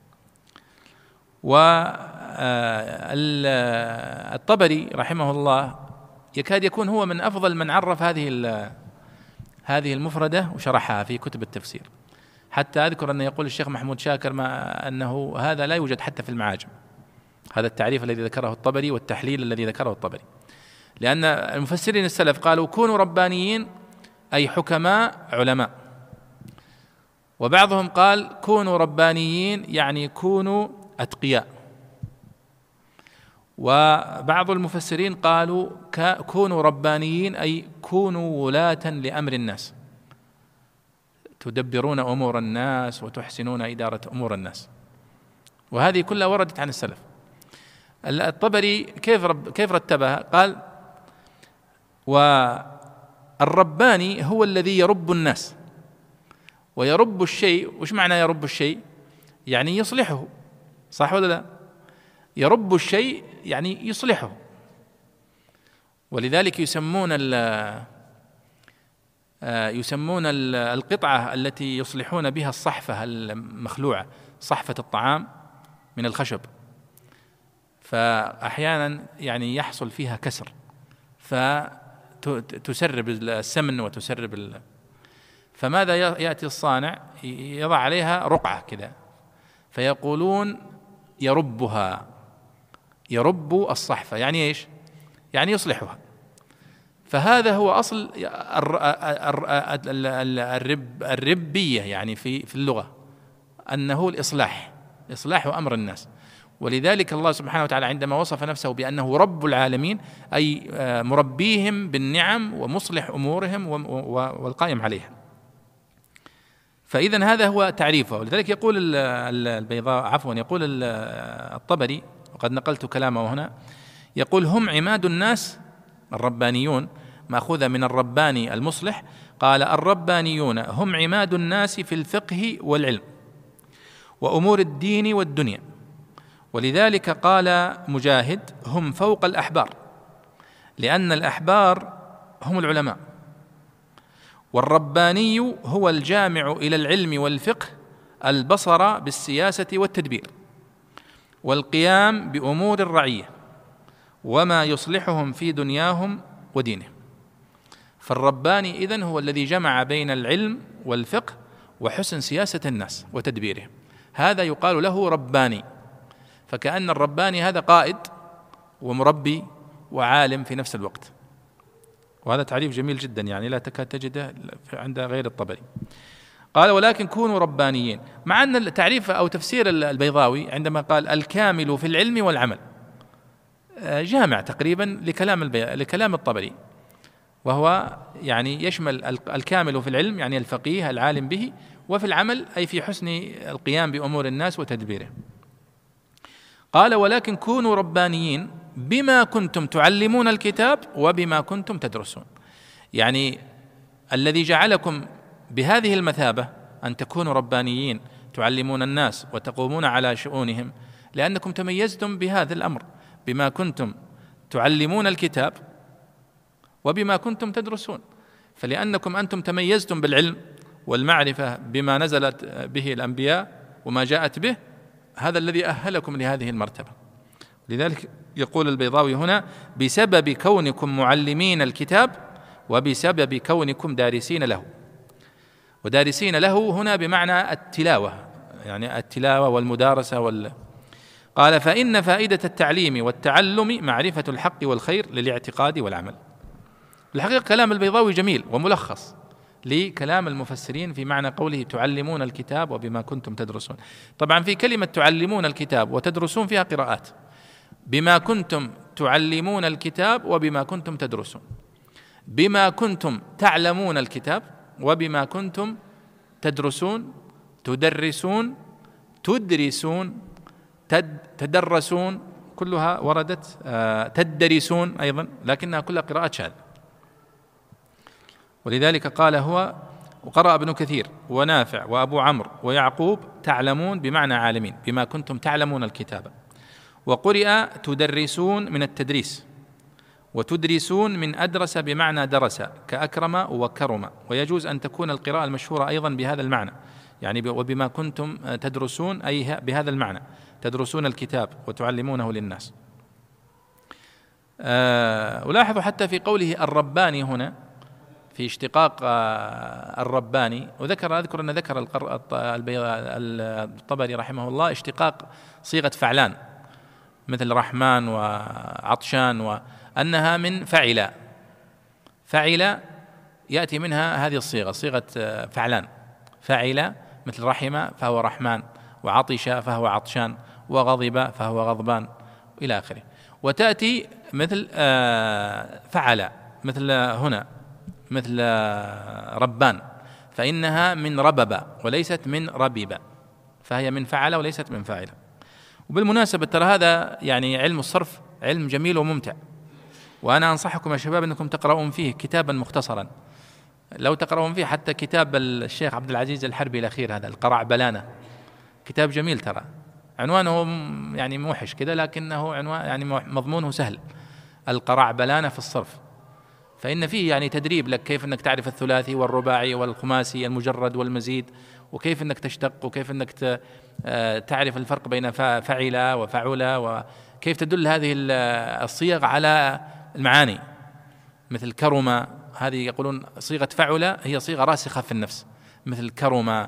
Speaker 1: والطبري رحمه الله يكاد يكون هو من أفضل من عرف هذه هذه المفردة وشرحها في كتب التفسير، حتى أذكر أن يقول الشيخ محمود شاكر ما أنه هذا لا يوجد حتى في المعاجم، هذا التعريف الذي ذكره الطبري والتحليل الذي ذكره الطبري، لأن المفسرين السلف قالوا: كونوا ربانيين أي حكماء علماء. وبعضهم قال: كونوا ربانيين يعني كونوا أتقياء. وبعض المفسرين قالوا: كونوا ربانيين أي كونوا ولاة لأمر الناس، تدبرون أمور الناس وتحسنون إدارة أمور الناس. وهذه كلها وردت عن السلف. الطبري كيف رب كيف رتبها؟ قال: والرباني هو الذي يرب الناس، ويرب الشيء. وش معنى يرب الشيء؟ يعني يصلحه، صح ولا لا؟ يرب الشيء يعني يصلحه. ولذلك يسمون ال يسمون القطعة التي يصلحون بها الصحفة المخلوعة، صحفة الطعام من الخشب، فأحيانا يعني يحصل فيها كسر فتسرب السمن وتسرب ال... فماذا يأتي الصانع؟ يضع عليها رقعة كذا، فيقولون يربها، يرب الصحفة، يعني إيش؟ يعني يصلحها. فهذا هو أصل الرب الربية يعني في في اللغة، أنه الإصلاح، إصلاح أمر الناس. ولذلك الله سبحانه وتعالى عندما وصف نفسه بأنه رب العالمين أي مربيهم بالنعم ومصلح أمورهم والقائم عليها. فإذن هذا هو تعريفه. ولذلك يقول البيضاء عفوا يقول الطبري، وقد نقلت كلامه هنا، يقول: هم عماد الناس الربانيون، مأخوذة من الرباني المصلح. قال: الربانيون هم عماد الناس في الفقه والعلم وأمور الدين والدنيا. ولذلك قال مجاهد: هم فوق الأحبار، لأن الأحبار هم العلماء، والرباني هو الجامع إلى العلم والفقه البصر بالسياسة والتدبير والقيام بأمور الرعية وما يصلحهم في دنياهم ودينهم. فالرباني إذن هو الذي جمع بين العلم والفقه وحسن سياسة الناس وتدبيرهم، هذا يقال له رباني. فكأن الرباني هذا قائد ومربي وعالم في نفس الوقت. وهذا تعريف جميل جدا، يعني لا تكاد تجده عند غير الطبري. قال: ولكن كونوا ربانيين، مع أن التعريف أو تفسير البيضاوي عندما قال الكامل في العلم والعمل جامع تقريبا لكلام لكلام الطبري، وهو يعني يشمل الكامل في العلم يعني الفقيه العالم به، وفي العمل أي في حسن القيام بأمور الناس وتدبيره. قال: ولكن كونوا ربانيين بما كنتم تعلمون الكتاب وبما كنتم تدرسون. يعني الذي جعلكم بهذه المثابة أن تكونوا ربانيين تعلمون الناس وتقومون على شؤونهم، لأنكم تميزتم بهذا الأمر، بما كنتم تعلمون الكتاب وبما كنتم تدرسون. فلأنكم أنتم تميزتم بالعلم والمعرفة بما نزلت به الأنبياء وما جاءت به، هذا الذي أهلكم لهذه المرتبة. لذلك يقول البيضاوي هنا: بسبب كونكم معلمين الكتاب وبسبب كونكم دارسين له. ودارسين له هنا بمعنى التلاوة، يعني التلاوة والمدارسة وال... قال: فإن فائدة التعليم والتعلم معرفة الحق والخير للاعتقاد والعمل. الحقيقة كلام البيضاوي جميل وملخص، لكلام المفسرين في معنى قوله تعلمون الكتاب وبما كنتم تدرسون. طبعا في كلمة تعلمون الكتاب وتدرسون فيها قراءات، بما كنتم تعلمون الكتاب وبما كنتم تدرسون، بما كنتم تعلمون الكتاب وبما كنتم تدرسون، تدرسون، تدرسون، تد تدرسون، كلها وردت، آه تدرسون أيضا، لكنها كلها قراءات شاذة. ولذلك قال هو وقرأ ابن كثير ونافع وأبو عمرو ويعقوب تعلمون بمعنى عالمين، بما كنتم تعلمون الكتاب. وقرئ تدرسون من التدريس، وتدرسون من أدرس بمعنى درس كأكرم وكرم. ويجوز أن تكون القراءة المشهورة أيضا بهذا المعنى، يعني وبما كنتم تدرسون أي بهذا المعنى، تدرسون الكتاب وتعلمونه للناس. أه ولاحظوا حتى في قوله الرباني هنا في اشتقاق الرباني، وذكر أذكر أن ذكر الطبري رحمه الله اشتقاق صيغة فعلان مثل رحمن وعطشان، وأنها من فعل، فعل يأتي منها هذه الصيغة، صيغة فعلان، فعل مثل رحم فهو رحمن، وعطش فهو عطشان، وغضب فهو غضبان إلى آخره. وتأتي مثل فعل مثل هنا مثل ربان، فإنها من ربب وليست من ربيب، فهي من فعل وليست من فاعل. وبالمناسبة ترى هذا يعني علم الصرف علم جميل وممتع، وأنا أنصحكم يا شباب أنكم تقرؤون فيه كتابا مختصرا، لو تقرؤون فيه حتى كتاب الشيخ عبد العزيز الحربي الأخير هذا القرعبلانة، كتاب جميل ترى، عنوانه يعني موحش كذا لكنه عنوان يعني مضمونه سهل، القرعبلانة في الصرف. فإن فيه يعني تدريب لك كيف أنك تعرف الثلاثي والرباعي والخماسي المجرد والمزيد، وكيف أنك تشتق، وكيف أنك تعرف الفرق بين فعل وفعل، وكيف تدل هذه الصيغ على المعاني. مثل كرم، هذه يقولون صيغة فعل هي صيغة راسخة في النفس، مثل كرم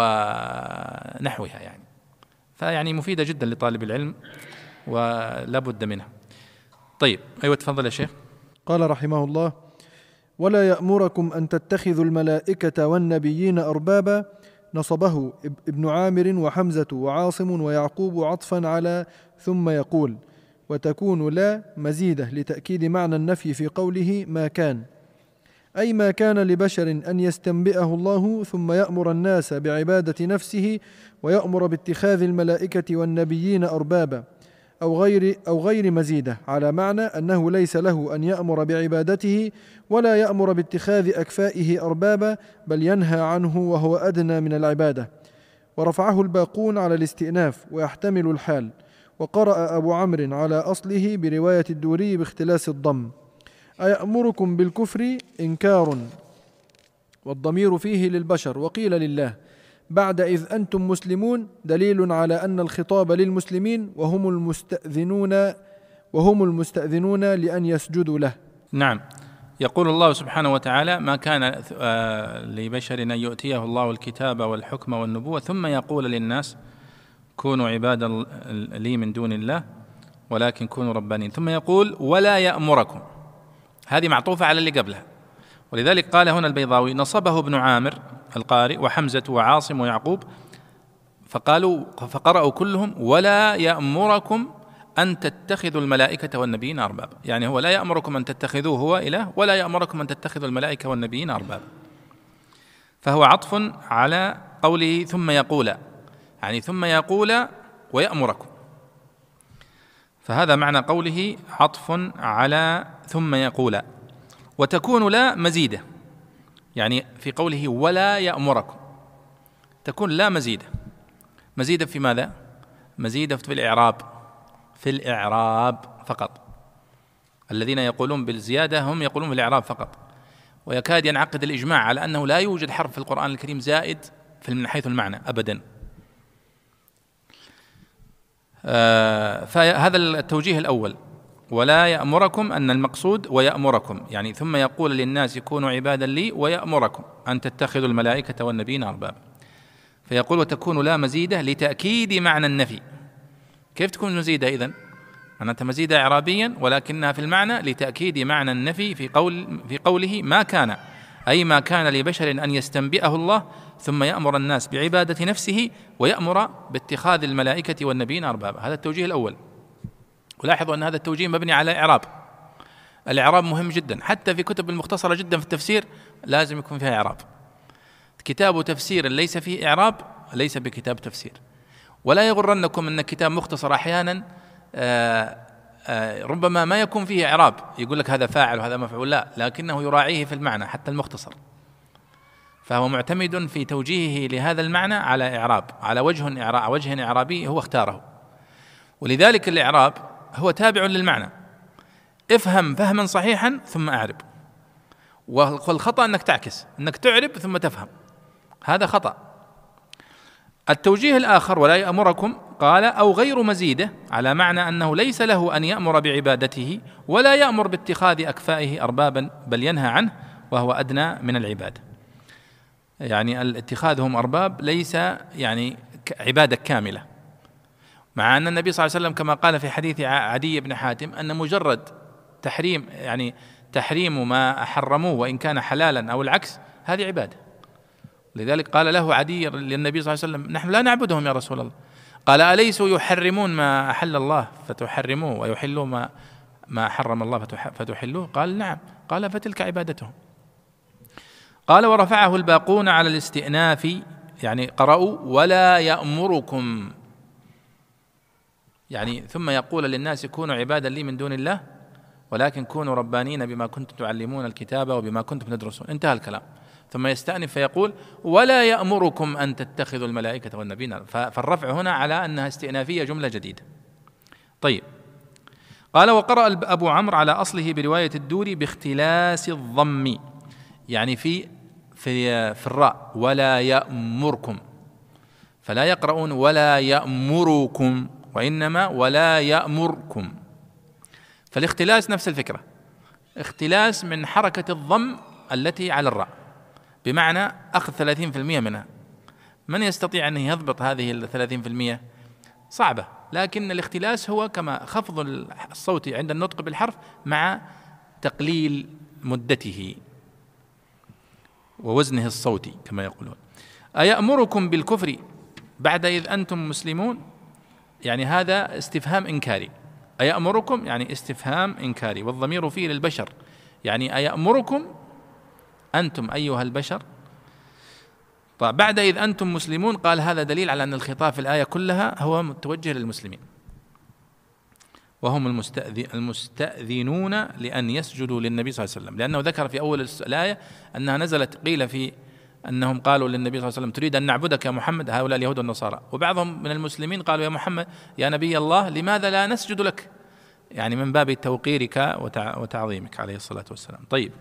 Speaker 1: ونحوها يعني. فيعني مفيدة جدا لطالب العلم ولا بد منها. طيب أيوة تفضل يا شيخ.
Speaker 2: قال رحمه الله: ولا يأمركم أن تتخذوا الملائكة والنبيين أربابا، نصبه ابن عامر وحمزة وعاصم ويعقوب عطفا على ثم يقول، وتكون لا مزيدة لتأكيد معنى النفي في قوله ما كان، أي ما كان لبشر أن يستنبئه الله ثم يأمر الناس بعبادة نفسه ويأمر باتخاذ الملائكة والنبيين أربابا، أو غير, أو غير مزيدة، على معنى أنه ليس له أن يأمر بعبادته ولا يأمر باتخاذ أكفائه أربابا، بل ينهى عنه وهو أدنى من العبادة. ورفعه الباقون على الاستئناف ويحتمل الحال. وقرأ أبو عمرو على أصله برواية الدوري باختلاس الضم: أيأمركم بالكفر إنكار، والضمير فيه للبشر وقيل لله، بعد إذ أنتم مسلمون، دليل على أن الخطاب للمسلمين وهم المستأذنون وهم المستأذنون لأن يسجدوا له.
Speaker 1: نعم، يقول الله سبحانه وتعالى: ما كان لبشر أن يؤتيه الله الكتاب والحكم والنبوة ثم يقول للناس كونوا عبادا لي من دون الله ولكن كونوا ربانين، ثم يقول ولا يأمركم، هذه معطوفة على اللي قبلها. ولذلك قال هنا البيضاوي: نصبه ابن عامر القارئ وحمزة وعاصم ويعقوب، فقالوا فقرأوا كلهم ولا يأمركم أن تتخذوا الملائكة والنبيين أربابا، يعني هو لا يأمركم أن تتخذوه هو إله، ولا يأمركم أن تتخذوا الملائكة والنبيين أربابا، فهو عطف على قوله ثم يقول، يعني ثم يقول ويأمركم، فهذا معنى قوله عطف على ثم يقول. وتكون لا مزيدة، يعني في قوله ولا يأمركم تكون لا مزيدة، مزيدة في ماذا؟ مزيدة في الإعراب، في الإعراب فقط. الذين يقولون بالزيادة هم يقولون بالإعراب فقط، ويكاد ينعقد الإجماع على أنه لا يوجد حرف في القرآن الكريم زائد من حيث المعنى أبدا. آه فهذا التوجيه الأول، ولا يأمركم أن المقصود ويأمركم، يعني ثم يقول للناس كونوا عبادا لي ويأمركم أن تتخذوا الملائكة والنبيين أربابا، فيقول وتكون لا مزيدة لتأكيد معنى النفي. كيف تكون مزيدة إذن؟ معناتها مزيدة إعرابيا ولكنها في المعنى لتأكيد معنى النفي في قول في قوله ما كان، أي ما كان لبشر أن يستنبئه الله ثم يأمر الناس بعبادة نفسه ويأمر باتخاذ الملائكة والنبيين أربابا. هذا التوجيه الأول. ولاحظوا أن هذا التوجيه مبني على إعراب. الإعراب مهم جدا، حتى في كتب المختصرة جدا في التفسير لازم يكون فيها إعراب. كتاب تفسير ليس فيه إعراب ليس بكتاب تفسير. ولا يغرنكم أن كتاب مختصر أحيانا آآ آآ ربما ما يكون فيه إعراب، يقول لك هذا فاعل وهذا مفعول، لا، لكنه يراعيه في المعنى حتى المختصر، فهو معتمد في توجيهه لهذا المعنى على إعراب، على وجه إعراب وجه إعرابي هو اختاره. ولذلك الإعراب هو تابع للمعنى. افهم فهما صحيحا ثم أعرب. والخطأ أنك تعكس، أنك تعرب ثم تفهم، هذا خطأ. التوجيه الآخر ولا يأمركم قال أو غير مزيده، على معنى أنه ليس له أن يأمر بعبادته ولا يأمر باتخاذ أكفائه أربابا، بل ينهى عنه وهو أدنى من العبادة. يعني الاتخاذهم أرباب ليس يعني عبادة كاملة، مع أن النبي صلى الله عليه وسلم كما قال في حديث عدي بن حاتم أن مجرد تحريم يعني تحريم ما حرموه وإن كان حلالا أو العكس هذه عبادة. لذلك قال له عدي للنبي صلى الله عليه وسلم نحن لا نعبدهم يا رسول الله. قال أليسوا يحرمون ما أحل الله فتحرموه ويحلوا ما ما حرم الله فتحلوه؟ قال نعم. قال فتلك عبادتهم. قال ورفعه الباقون على الاستئناف، يعني قرأوا ولا يأمركم، يعني ثم يقول للناس كونوا عبادا لي من دون الله ولكن كونوا ربانين بما كنتم تعلمون الكتاب وبما كنتم تدرسون. انتهى الكلام. ثم يستأنف فيقول ولا يأمركم أن تتخذوا الملائكة والنبيين، فالرفع هنا على أنها استئنافية جملة جديدة. طيب، قال وقرأ أبو عمرو على أصله برواية الدوري باختلاس الضم، يعني في في في الراء ولا يأمركم، فلا يقرؤون ولا يأمركم وإنما ولا يأمركم. فالاختلاس نفس الفكرة، اختلاس من حركة الضم التي على الراء، بمعنى أخذ ثلاثين في المئة منها. من يستطيع أن يضبط هذه الثلاثين في المئة؟ صعبة. لكن الاختلاس هو كما خفض الصوت عند النطق بالحرف مع تقليل مدته ووزنه الصوتي كما يقولون. أيأمركم بالكفر بعد إذ أنتم مسلمون، يعني هذا استفهام إنكاري. أيأمركم يعني استفهام إنكاري، والضمير فيه للبشر، يعني أيأمركم أنتم أيها البشر. طيب بعد إذ أنتم مسلمون، قال هذا دليل على أن الخطاب في الآية كلها هو متوجه للمسلمين، وهم المستأذنون لأن يسجدوا للنبي صلى الله عليه وسلم، لأنه ذكر في أول الآية أنها نزلت قيل في أنهم قالوا للنبي صلى الله عليه وسلم تريد أن نعبدك يا محمد، هؤلاء اليهود والنصارى. وبعضهم من المسلمين قالوا يا محمد يا نبي الله لماذا لا نسجد لك، يعني من باب توقيرك وتعظيمك عليه الصلاة والسلام. طيب،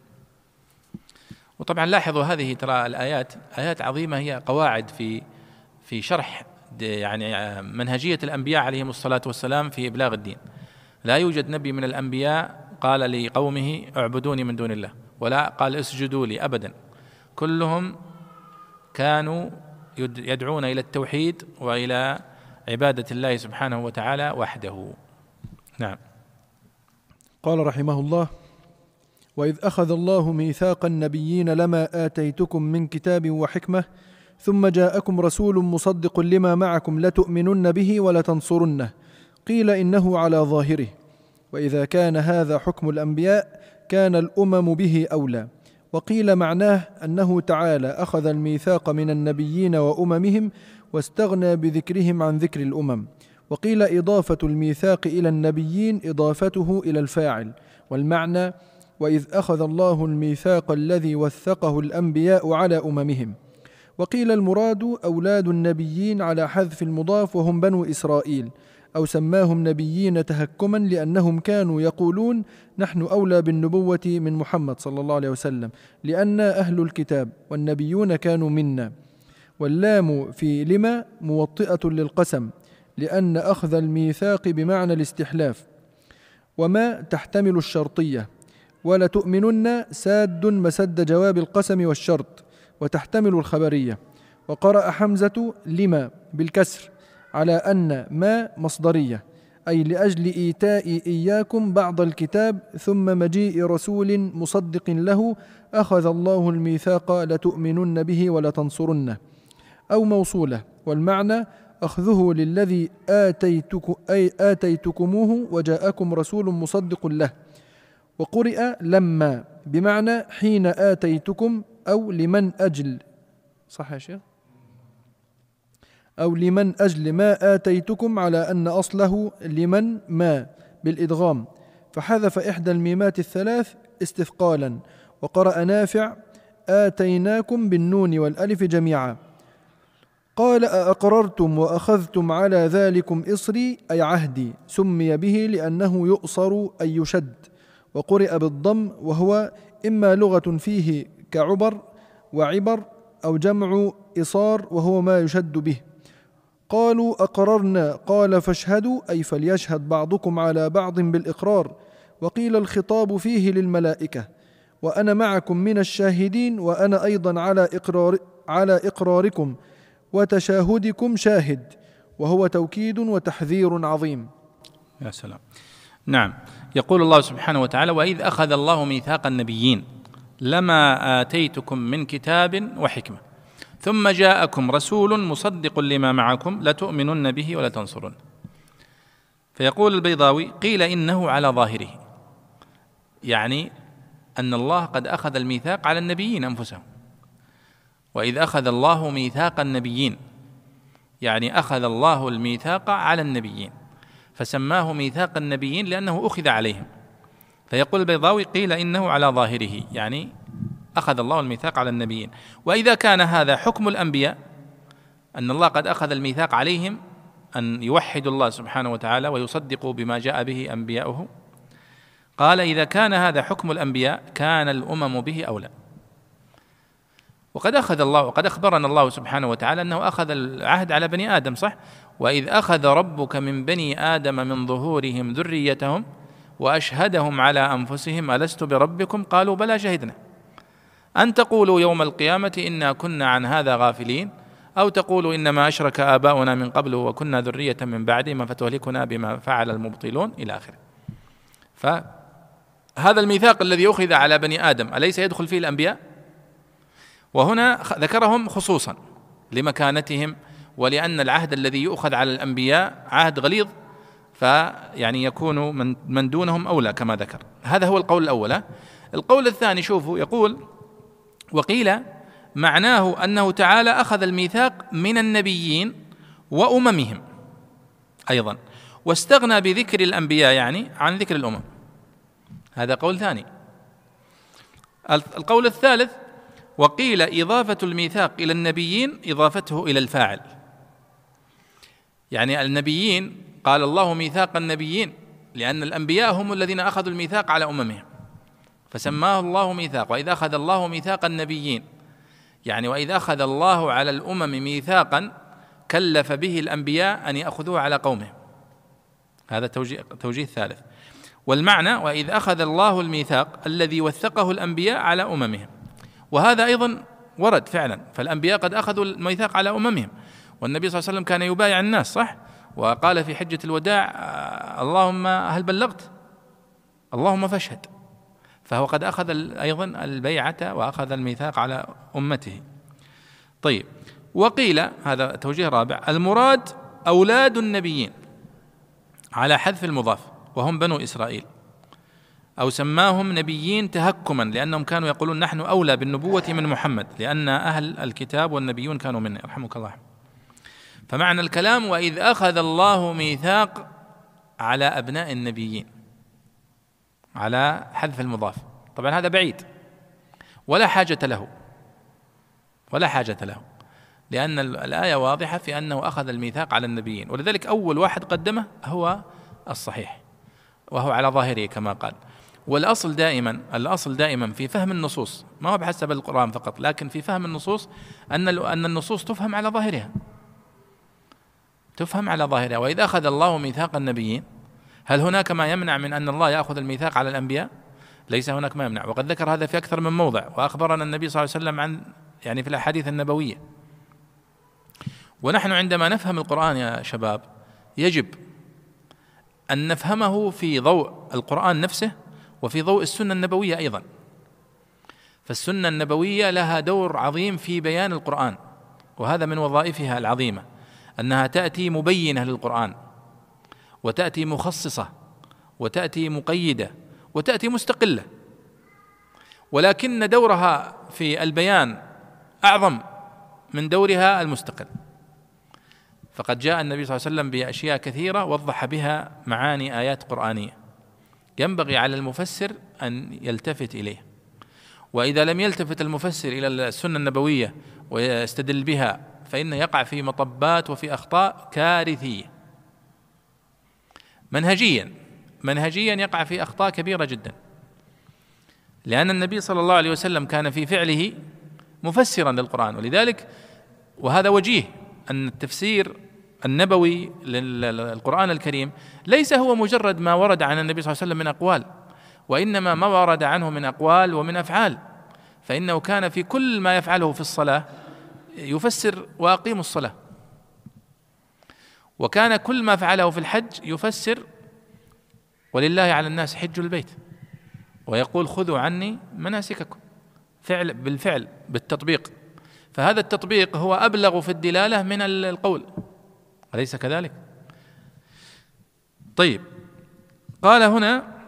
Speaker 1: وطبعا لاحظوا هذه ترى الآيات آيات عظيمة، هي قواعد في في شرح يعني منهجية الأنبياء عليهم الصلاة والسلام في إبلاغ الدين. لا يوجد نبي من الأنبياء قال لقومه اعبدوني من دون الله، ولا قال اسجدوا لي أبدا. كلهم كانوا يدعون إلى التوحيد وإلى عبادة الله سبحانه وتعالى وحده. نعم.
Speaker 2: قال رحمه الله: وإذ أخذ الله ميثاق النبيين لما آتيتكم من كتاب وحكمة ثم جاءكم رسول مصدق لما معكم لتؤمنن به ولتنصرنه، قيل إنه على ظاهره. وإذا كان هذا حكم الأنبياء كان الأمم به أولى. وقيل معناه أنه تعالى أخذ الميثاق من النبيين وأممهم واستغنى بذكرهم عن ذكر الأمم. وقيل إضافة الميثاق إلى النبيين إضافته إلى الفاعل، والمعنى وإذ أخذ الله الميثاق الذي وثقه الأنبياء على أممهم. وقيل المراد أولاد النبيين على حذف المضاف وهم بنو إسرائيل، أو سماهم نبيين تهكما لأنهم كانوا يقولون نحن أولى بالنبوة من محمد صلى الله عليه وسلم لأننا أهل الكتاب والنبيون كانوا منا. واللام في لما موطئة للقسم لأن أخذ الميثاق بمعنى الاستحلاف، وما تحتمل الشرطية، ولا تؤمنن ساد مسد جواب القسم والشرط وتحتمل الخبرية. وقرأ حمزة لما بالكسر على أن ما مصدرية، أي لأجل إيتاء إياكم بعض الكتاب ثم مجيء رسول مصدق له أخذ الله الميثاق لتؤمنن به ولتنصرنه، أو موصولة، والمعنى أخذه للذي آتيتك أي آتيتكموه وجاءكم رسول مصدق له. وقرئ لما بمعنى حين آتيتكم أو لمن أجل، صح يا شيخ؟ أو لمن أجل ما آتيتكم، على أن أصله لمن ما بالإدغام، فحذف إحدى الميمات الثلاث استثقالا. وقرأ نافع آتيناكم بالنون والألف جميعا. قال أأقررتم وأخذتم على ذلكم إصري أي عهدي، سمي به لأنه يؤصر أي يشد. وقرئ بالضم، وهو إما لغة فيه كعبر وعبر، أو جمع إصار وهو ما يشد به. قالوا أقررنا، قال فاشهدوا أي فليشهد بعضكم على بعض بالإقرار. وقيل الخطاب فيه للملائكة، وأنا معكم من الشاهدين، وأنا أيضا على إقرار على إقراركم وتشاهدكم شاهد، وهو توكيد وتحذير عظيم.
Speaker 1: يا سلام. نعم، يقول الله سبحانه وتعالى: وإذ أخذ الله ميثاق النبيين لما آتيتكم من كتاب وحكمة ثم جاءكم رسول مصدق لما معكم لتؤمنن به ولتنصرن. فيقول البيضاوي: قيل إنه على ظاهره، يعني أن الله قد أخذ الميثاق على النبيين أنفسهم. وإذ أخذ الله ميثاق النبيين يعني أخذ الله الميثاق على النبيين، فسماه ميثاق النبيين لأنه أخذ عليهم. فيقول البيضاوي: قيل إنه على ظاهره، يعني أخذ الله الميثاق على النبيين. وإذا كان هذا حكم الأنبياء، أن الله قد أخذ الميثاق عليهم أن يوحدوا الله سبحانه وتعالى ويصدقوا بما جاء به أنبياؤه، قال: إذا كان هذا حكم الأنبياء كان الأمم به أولى. وقد أخذ الله وقد أخبرنا الله سبحانه وتعالى أنه أخذ العهد على بني آدم، صح؟ وإذ أخذ ربك من بني آدم من ظهورهم ذريتهم وأشهدهم على أنفسهم ألست بربكم قالوا بلى شهدنا أن تقولوا يوم القيامة إنا كنا عن هذا غافلين أو تقولوا إنما أشرك آباؤنا من قبل وكنا ذرية من بعدهم فتهلكنا بما فعل المبطلون إلى آخره. فهذا الميثاق الذي أخذ على بني آدم أليس يدخل فيه الأنبياء؟ وهنا ذكرهم خصوصا لمكانتهم، ولأن العهد الذي يؤخذ على الأنبياء عهد غليظ، فيعني يكون من, من دونهم أولى كما ذكر. هذا هو القول الأول. القول الثاني شوفوا، يقول: وقيل معناه أنه تعالى أخذ الميثاق من النبيين وأممهم أيضا، واستغنى بذكر الأنبياء يعني عن ذكر الأمم. هذا قول ثاني. القول الثالث: وقيل إضافة الميثاق إلى النبيين إضافته إلى الفاعل، يعني النبيين قال الله ميثاق النبيين لأن الأنبياء هم الذين أخذوا الميثاق على أممهم، فسماه الله ميثاق. وإذا أخذ الله ميثاق النبيين يعني وإذا أخذ الله على الأمم ميثاقا كلف به الأنبياء أن يأخذوه على قومهم. هذا توجيه, توجيه ثالث. والمعنى: وإذ أخذ الله الميثاق الذي وثقه الأنبياء على أممهم. وهذا أيضا ورد فعلا، فالأنبياء قد أخذوا الميثاق على أممهم، والنبي صلى الله عليه وسلم كان يبايع الناس، صح؟ وقال في حجة الوداع: اللهم هل بلغت؟ اللهم فاشهد. فهو قد أخذ أيضا البيعة وأخذ الميثاق على أمته. طيب، وقيل هذا توجيه رابع: المراد أولاد النبيين على حذف المضاف وهم بنو إسرائيل، أو سماهم نبيين تهكما لأنهم كانوا يقولون نحن أولى بالنبوة من محمد لأن أهل الكتاب والنبيون كانوا منه، رحمك الله. فمعنى الكلام: وإذ أخذ الله ميثاق على أبناء النبيين على حذف المضاف. طبعا هذا بعيد ولا حاجة له ولا حاجة له لأن الآية واضحة في أنه أخذ الميثاق على النبيين، ولذلك أول واحد قدمه هو الصحيح وهو على ظاهره كما قال. والأصل دائما الأصل دائما في فهم النصوص، ما هو بحسب القرآن فقط، لكن في فهم النصوص أن أن النصوص تفهم على ظاهرها تفهم على ظاهرها. وإذا أخذ الله ميثاق النبيين، هل هناك ما يمنع من أن الله يأخذ الميثاق على الأنبياء؟ ليس هناك ما يمنع، وقد ذكر هذا في أكثر من موضع، وأخبرنا النبي صلى الله عليه وسلم عن يعني في الأحاديث النبوية. ونحن عندما نفهم القرآن يا شباب يجب أن نفهمه في ضوء القرآن نفسه وفي ضوء السنة النبوية أيضا. فالسنة النبوية لها دور عظيم في بيان القرآن، وهذا من وظائفها العظيمة، أنها تأتي مبينة للقرآن، وتأتي مخصصة، وتأتي مقيدة، وتأتي مستقلة، ولكن دورها في البيان أعظم من دورها المستقل. فقد جاء النبي صلى الله عليه وسلم بأشياء كثيرة وضح بها معاني آيات قرآنية ينبغي على المفسر أن يلتفت إليه، وإذا لم يلتفت المفسر إلى السنة النبوية ويستدل بها فإنه يقع في مطبات وفي أخطاء كارثية. منهجيا منهجيا يقع في أخطاء كبيرة جدا، لأن النبي صلى الله عليه وسلم كان في فعله مفسرا للقرآن، ولذلك وهذا وجيه أن التفسير النبوي للقرآن الكريم ليس هو مجرد ما ورد عن النبي صلى الله عليه وسلم من أقوال، وإنما ما ورد عنه من أقوال ومن أفعال. فإنه كان في كل ما يفعله في الصلاة يفسر وأقيموا الصلاة، وكان كل ما فعله في الحج يفسر ولله على الناس حج البيت، ويقول خذوا عني مناسككم، فعل بالفعل بالتطبيق. فهذا التطبيق هو أبلغ في الدلالة من القول، أليس كذلك؟ طيب، قال هنا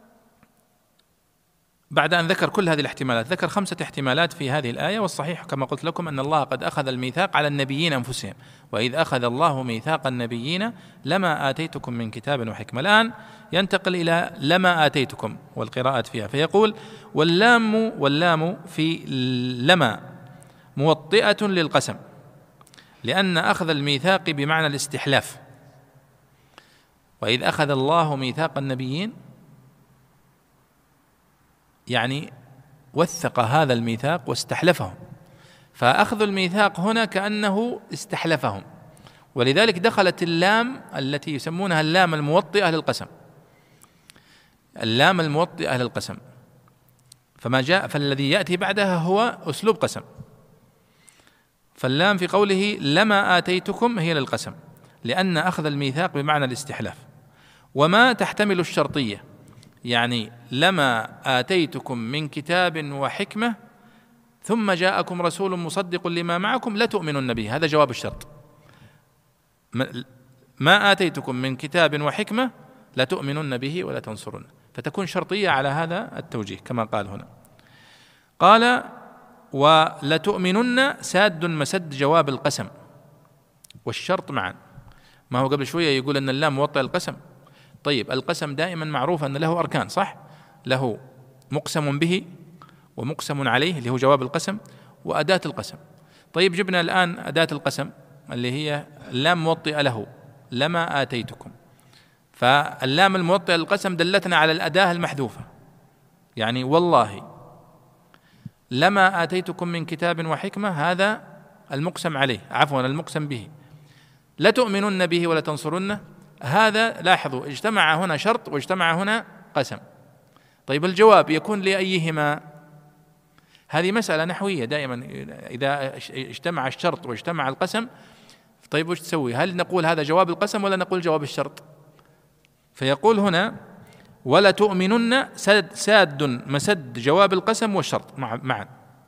Speaker 1: بعد أن ذكر كل هذه الاحتمالات ذكر خمسة احتمالات في هذه الآية، والصحيح كما قلت لكم أن الله قد أخذ الميثاق على النبيين أنفسهم، وإذ أخذ الله ميثاق النبيين لما آتيتكم من كتاب وحكمة. الآن ينتقل إلى لما آتيتكم والقراءات فيها، فيقول واللام واللام في لما موطئة للقسم، لأن أخذ الميثاق بمعنى الاستحلاف، وإذ أخذ الله ميثاق النبيين يعني وثق هذا الميثاق واستحلفهم، فأخذ الميثاق هنا كأنه استحلفهم، ولذلك دخلت اللام التي يسمونها اللام الموطئة للقسم، اللام الموطئة للقسم، فما جاء فالذي يأتي بعدها هو أسلوب قسم. فاللام في قوله لما آتيتكم هي للقسم، لأن أخذ الميثاق بمعنى الاستحلاف. وما تحتمل الشرطية، يعني لما آتيتكم من كتاب وحكمة ثم جاءكم رسول مصدق لما معكم لتؤمنن به، هذا جواب الشرط. ما آتيتكم من كتاب وحكمة لتؤمنن به ولا تنصرن، فتكون شرطية على هذا التوجيه كما قال هنا. قال ولتؤمنن ساد مسد جواب القسم والشرط معا. ما هو قبل شوية يقول أن اللام موطئ القسم. طيب، القسم دائما معروف أن له أركان، صح؟ له مقسم به ومقسم عليه اللي هو جواب القسم وأداة القسم. طيب، جبنا الآن أداة القسم اللي هي اللام موطئة له لما آتيتكم، فاللام الموطئة للقسم دلتنا على الأداة المحذوفة، يعني والله لما آتيتكم من كتاب وحكمة هذا المقسم عليه، عفوا المقسم به. لتؤمنن به ولا تنصرنه، هذا لاحظوا اجتمع هنا شرط واجتمع هنا قسم. طيب، الجواب يكون لأيهما؟ هذه مسألة نحوية دائما، إذا اجتمع الشرط واجتمع القسم طيب وش تسوي؟ هل نقول هذا جواب القسم ولا نقول جواب الشرط؟ فيقول هنا ولا تؤمنن ساد, ساد مسد جواب القسم والشرط معا،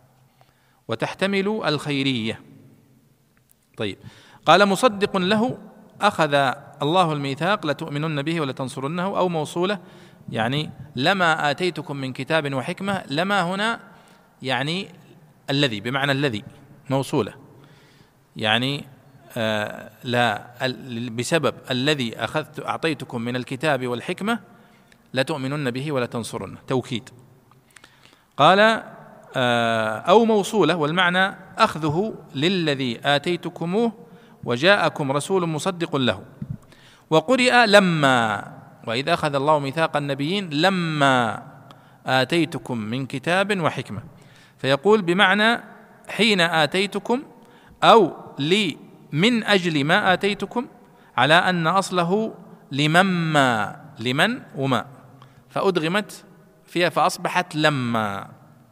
Speaker 1: وتحتمل الخيرية. طيب، قال مصدق له أخذ الله الميثاق لتؤمنن به ولتنصرنه، أو موصولة يعني لما آتيتكم من كتاب وحكمة. لما هنا يعني الذي بمعنى الذي موصولة، يعني آه لا بسبب الذي أخذت أعطيتكم من الكتاب والحكمة لتؤمنن به ولتنصرنه، توكيد. قال آه أو موصولة والمعنى أخذه للذي آتيتكموه وجاءكم رسول مصدق له. وقرئ لما، وإذ أخذ الله ميثاق النبيين لما آتيتكم من كتاب وحكمة، فيقول بمعنى حين آتيتكم أو لي من أجل ما آتيتكم، على أن أصله لمما، لمن وما، فأدغمت فيها فأصبحت لما،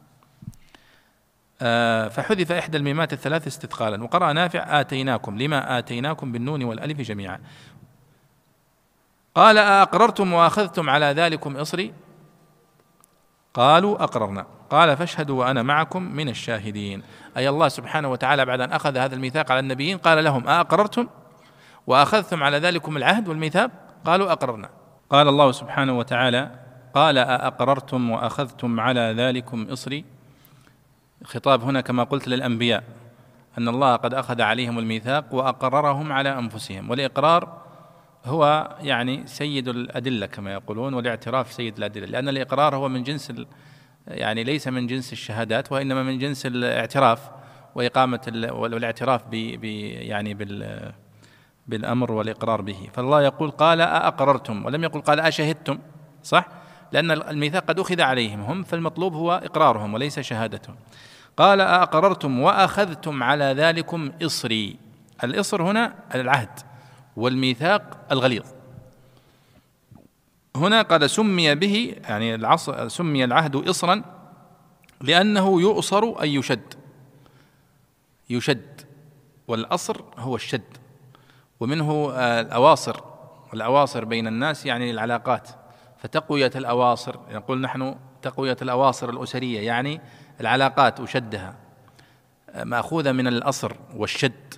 Speaker 1: آه فحذف إحدى الميمات الثلاث استثقالا. وقرأ نافع آتيناكم لما آتيناكم بالنون والألف جميعا. قال أأقررتم وأخذتم على ذلكم إصري؟ قالوا أقررنا. قال فاشهدوا وأنا معكم من الشاهدين. أي الله سبحانه وتعالى بعد أن أخذ هذا الميثاق على النبيين قال لهم أأقررتم وأخذتم على ذلكم العهد والميثاق؟ قالوا أقررنا. قال الله سبحانه وتعالى قال أأقررتم وأخذتم على ذلكم إصري. خطاب هنا كما قلت للأنبياء أن الله قد أخذ عليهم الميثاق وأقررهم على أنفسهم، والإقرار هو يعني سيد الأدلة كما يقولون، والاعتراف سيد الأدلة، لأن الإقرار هو من جنس يعني ليس من جنس الشهادات وإنما من جنس الاعتراف وإقامة والاعتراف ب يعني بال بالأمر والإقرار به. فالله يقول قال أأقررتم ولم يقل قال أشهدتم، صح؟ لأن الميثاق قد أخذ عليهم هم، فالمطلوب هو إقرارهم وليس شهادتهم. قال أأقررتم وأخذتم على ذلكم إصري. الإصر هنا العهد والميثاق الغليظ. هنا قال سمي به يعني العصر سمي العهد إصرا لأنه يؤصر أي يشد يشد والأصر هو الشد، ومنه الأواصر، والأواصر بين الناس يعني العلاقات، فتقوية الأواصر نقول نحن تقوية الأواصر الأسرية يعني العلاقات وشدها مأخوذة من الأصر والشد.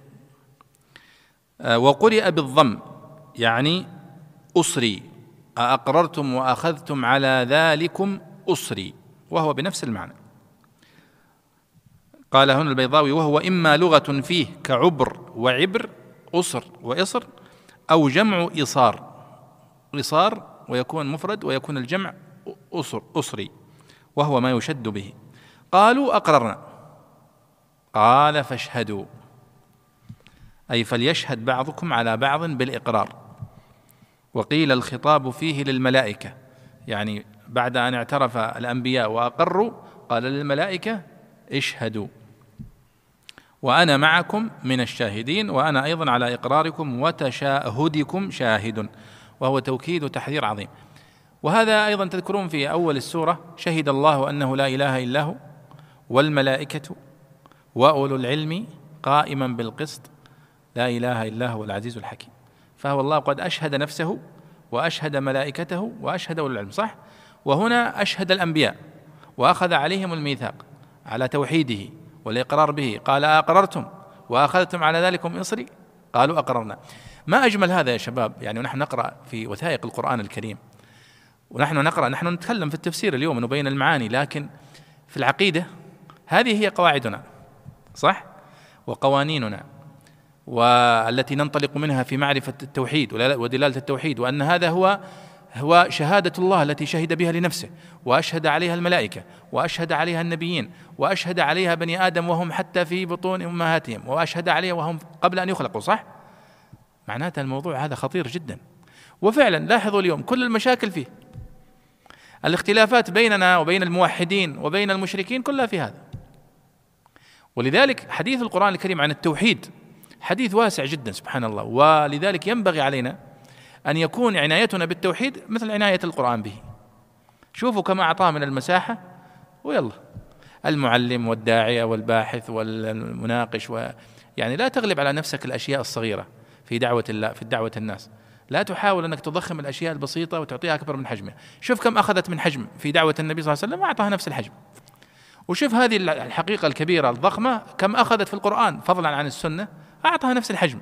Speaker 1: وقرئ بالضم يعني أصري، أأقررتم وأخذتم على ذلكم أصري، وهو بنفس المعنى. قال هنا البيضاوي وهو إما لغة فيه كعبر وعبر أصر وإصر، أو جمع إصار إصار ويكون مفرد ويكون الجمع أصر أصري، وهو ما يشد به. قالوا أقررنا. قال فاشهدوا، أي فليشهد بعضكم على بعض بالإقرار. وقيل الخطاب فيه للملائكة، يعني بعد أن اعترف الأنبياء وأقروا قال للملائكة اشهدوا وأنا معكم من الشاهدين، وأنا أيضا على إقراركم وتشاهدكم شاهد، وهو توكيد وتحذير عظيم. وهذا أيضا تذكرون في أول السورة شهد الله أنه لا إله إلا هو والملائكة وأولو العلم قائما بالقسط لا إله إلا هو العزيز الحكيم. فهو الله قد أشهد نفسه وأشهد ملائكته وأشهد أولو العلم، صح؟ وهنا أشهد الأنبياء وأخذ عليهم الميثاق على توحيده والإقرار به. قال أقررتم وأخذتم على ذلكم إصري؟ قالوا أقررنا. ما أجمل هذا يا شباب، يعني ونحن نقرأ في وثائق القرآن الكريم، ونحن نقرأ نحن نتكلم في التفسير اليوم نبين المعاني، لكن في العقيدة هذه هي قواعدنا، صح؟ وقوانيننا والتي ننطلق منها في معرفة التوحيد ودلالة التوحيد، وأن هذا هو هو شهادة الله التي شهد بها لنفسه، وأشهد عليها الملائكة، وأشهد عليها النبيين، وأشهد عليها بني آدم وهم حتى في بطون أمهاتهم، وأشهد عليها وهم قبل أن يخلقوا، صح؟ معناته الموضوع هذا خطير جدا. وفعلا لاحظوا اليوم كل المشاكل فيه، الاختلافات بيننا وبين الموحدين وبين المشركين كلها في هذا. ولذلك حديث القرآن الكريم عن التوحيد حديث واسع جدا سبحان الله، ولذلك ينبغي علينا أن يكون عنايتنا بالتوحيد مثل عناية القرآن به. شوفوا كما أعطاه من المساحة، ويلا المعلم والداعية والباحث والمناقش، ويعني لا تغلب على نفسك الأشياء الصغيرة في دعوة الله في دعوة الناس، لا تحاول أنك تضخم الأشياء البسيطة وتعطيها أكبر من حجمها. شوف كم أخذت من حجم في دعوة النبي صلى الله عليه وسلم وأعطاها نفس الحجم، وشوف هذه الحقيقة الكبيرة الضخمة كم أخذت في القرآن فضلا عن السنة أعطاها نفس الحجم.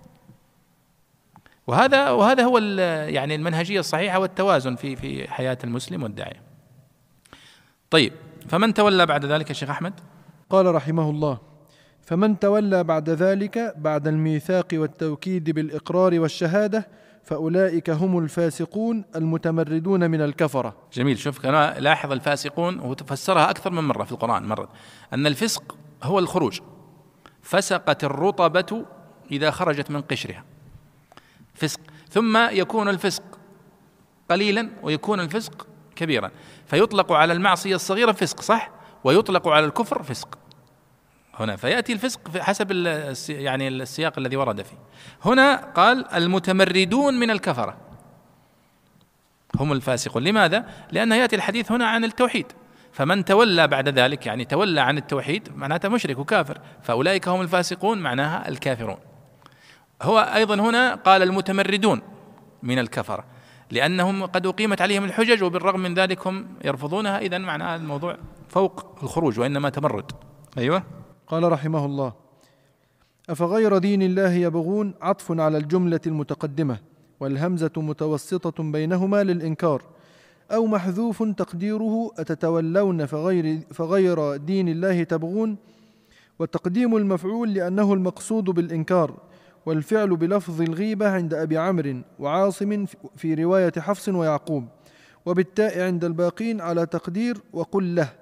Speaker 1: وهذا وهذا هو يعني المنهجية الصحيحة والتوازن في في حياة المسلم والداعية. طيب، فمن تولى بعد ذلك يا شيخ أحمد؟
Speaker 2: قال رحمه الله: فمن تولى بعد ذلك بعد الميثاق والتوكيد بالإقرار والشهادة فأولئك هم الفاسقون المتمردون من الكفرة.
Speaker 1: جميل. شوف أنا لاحظ الفاسقون وتفسرها أكثر من مرة في القرآن. مرة أن الفسق هو الخروج، فسقت الرطبة إذا خرجت من قشرها، فسق. ثم يكون الفسق قليلا ويكون الفسق كبيرا، فيطلق على المعصية الصغيرة فسق، صح؟ ويطلق على الكفر فسق هنا، فيأتي الفسق حسب يعني السياق الذي ورد فيه. هنا قال المتمردون من الكفرة هم الفاسقون. لماذا؟ لأن يأتي الحديث هنا عن التوحيد، فمن تولى بعد ذلك يعني تولى عن التوحيد معناته مشرك وكافر، فأولئك هم الفاسقون معناها الكافرون. هو أيضا هنا قال المتمردون من الكفرة، لأنهم قد أقيمت عليهم الحجج وبالرغم من ذلك هم يرفضونها. إذن معنى الموضوع فوق الخروج وإنما تمرد. أيوة.
Speaker 2: قال رحمه الله: أفغير دين الله يبغون عطف على الجملة المتقدمة، والهمزة متوسطة بينهما للإنكار، أو محذوف تقديره أتتولون فغير, فغير دين الله تبغون، وتقديم المفعول لأنه المقصود بالإنكار، والفعل بلفظ الغيبة عند أبي عمرو وعاصم في رواية حفص ويعقوب، وبالتاء عند الباقين على تقدير وقل له.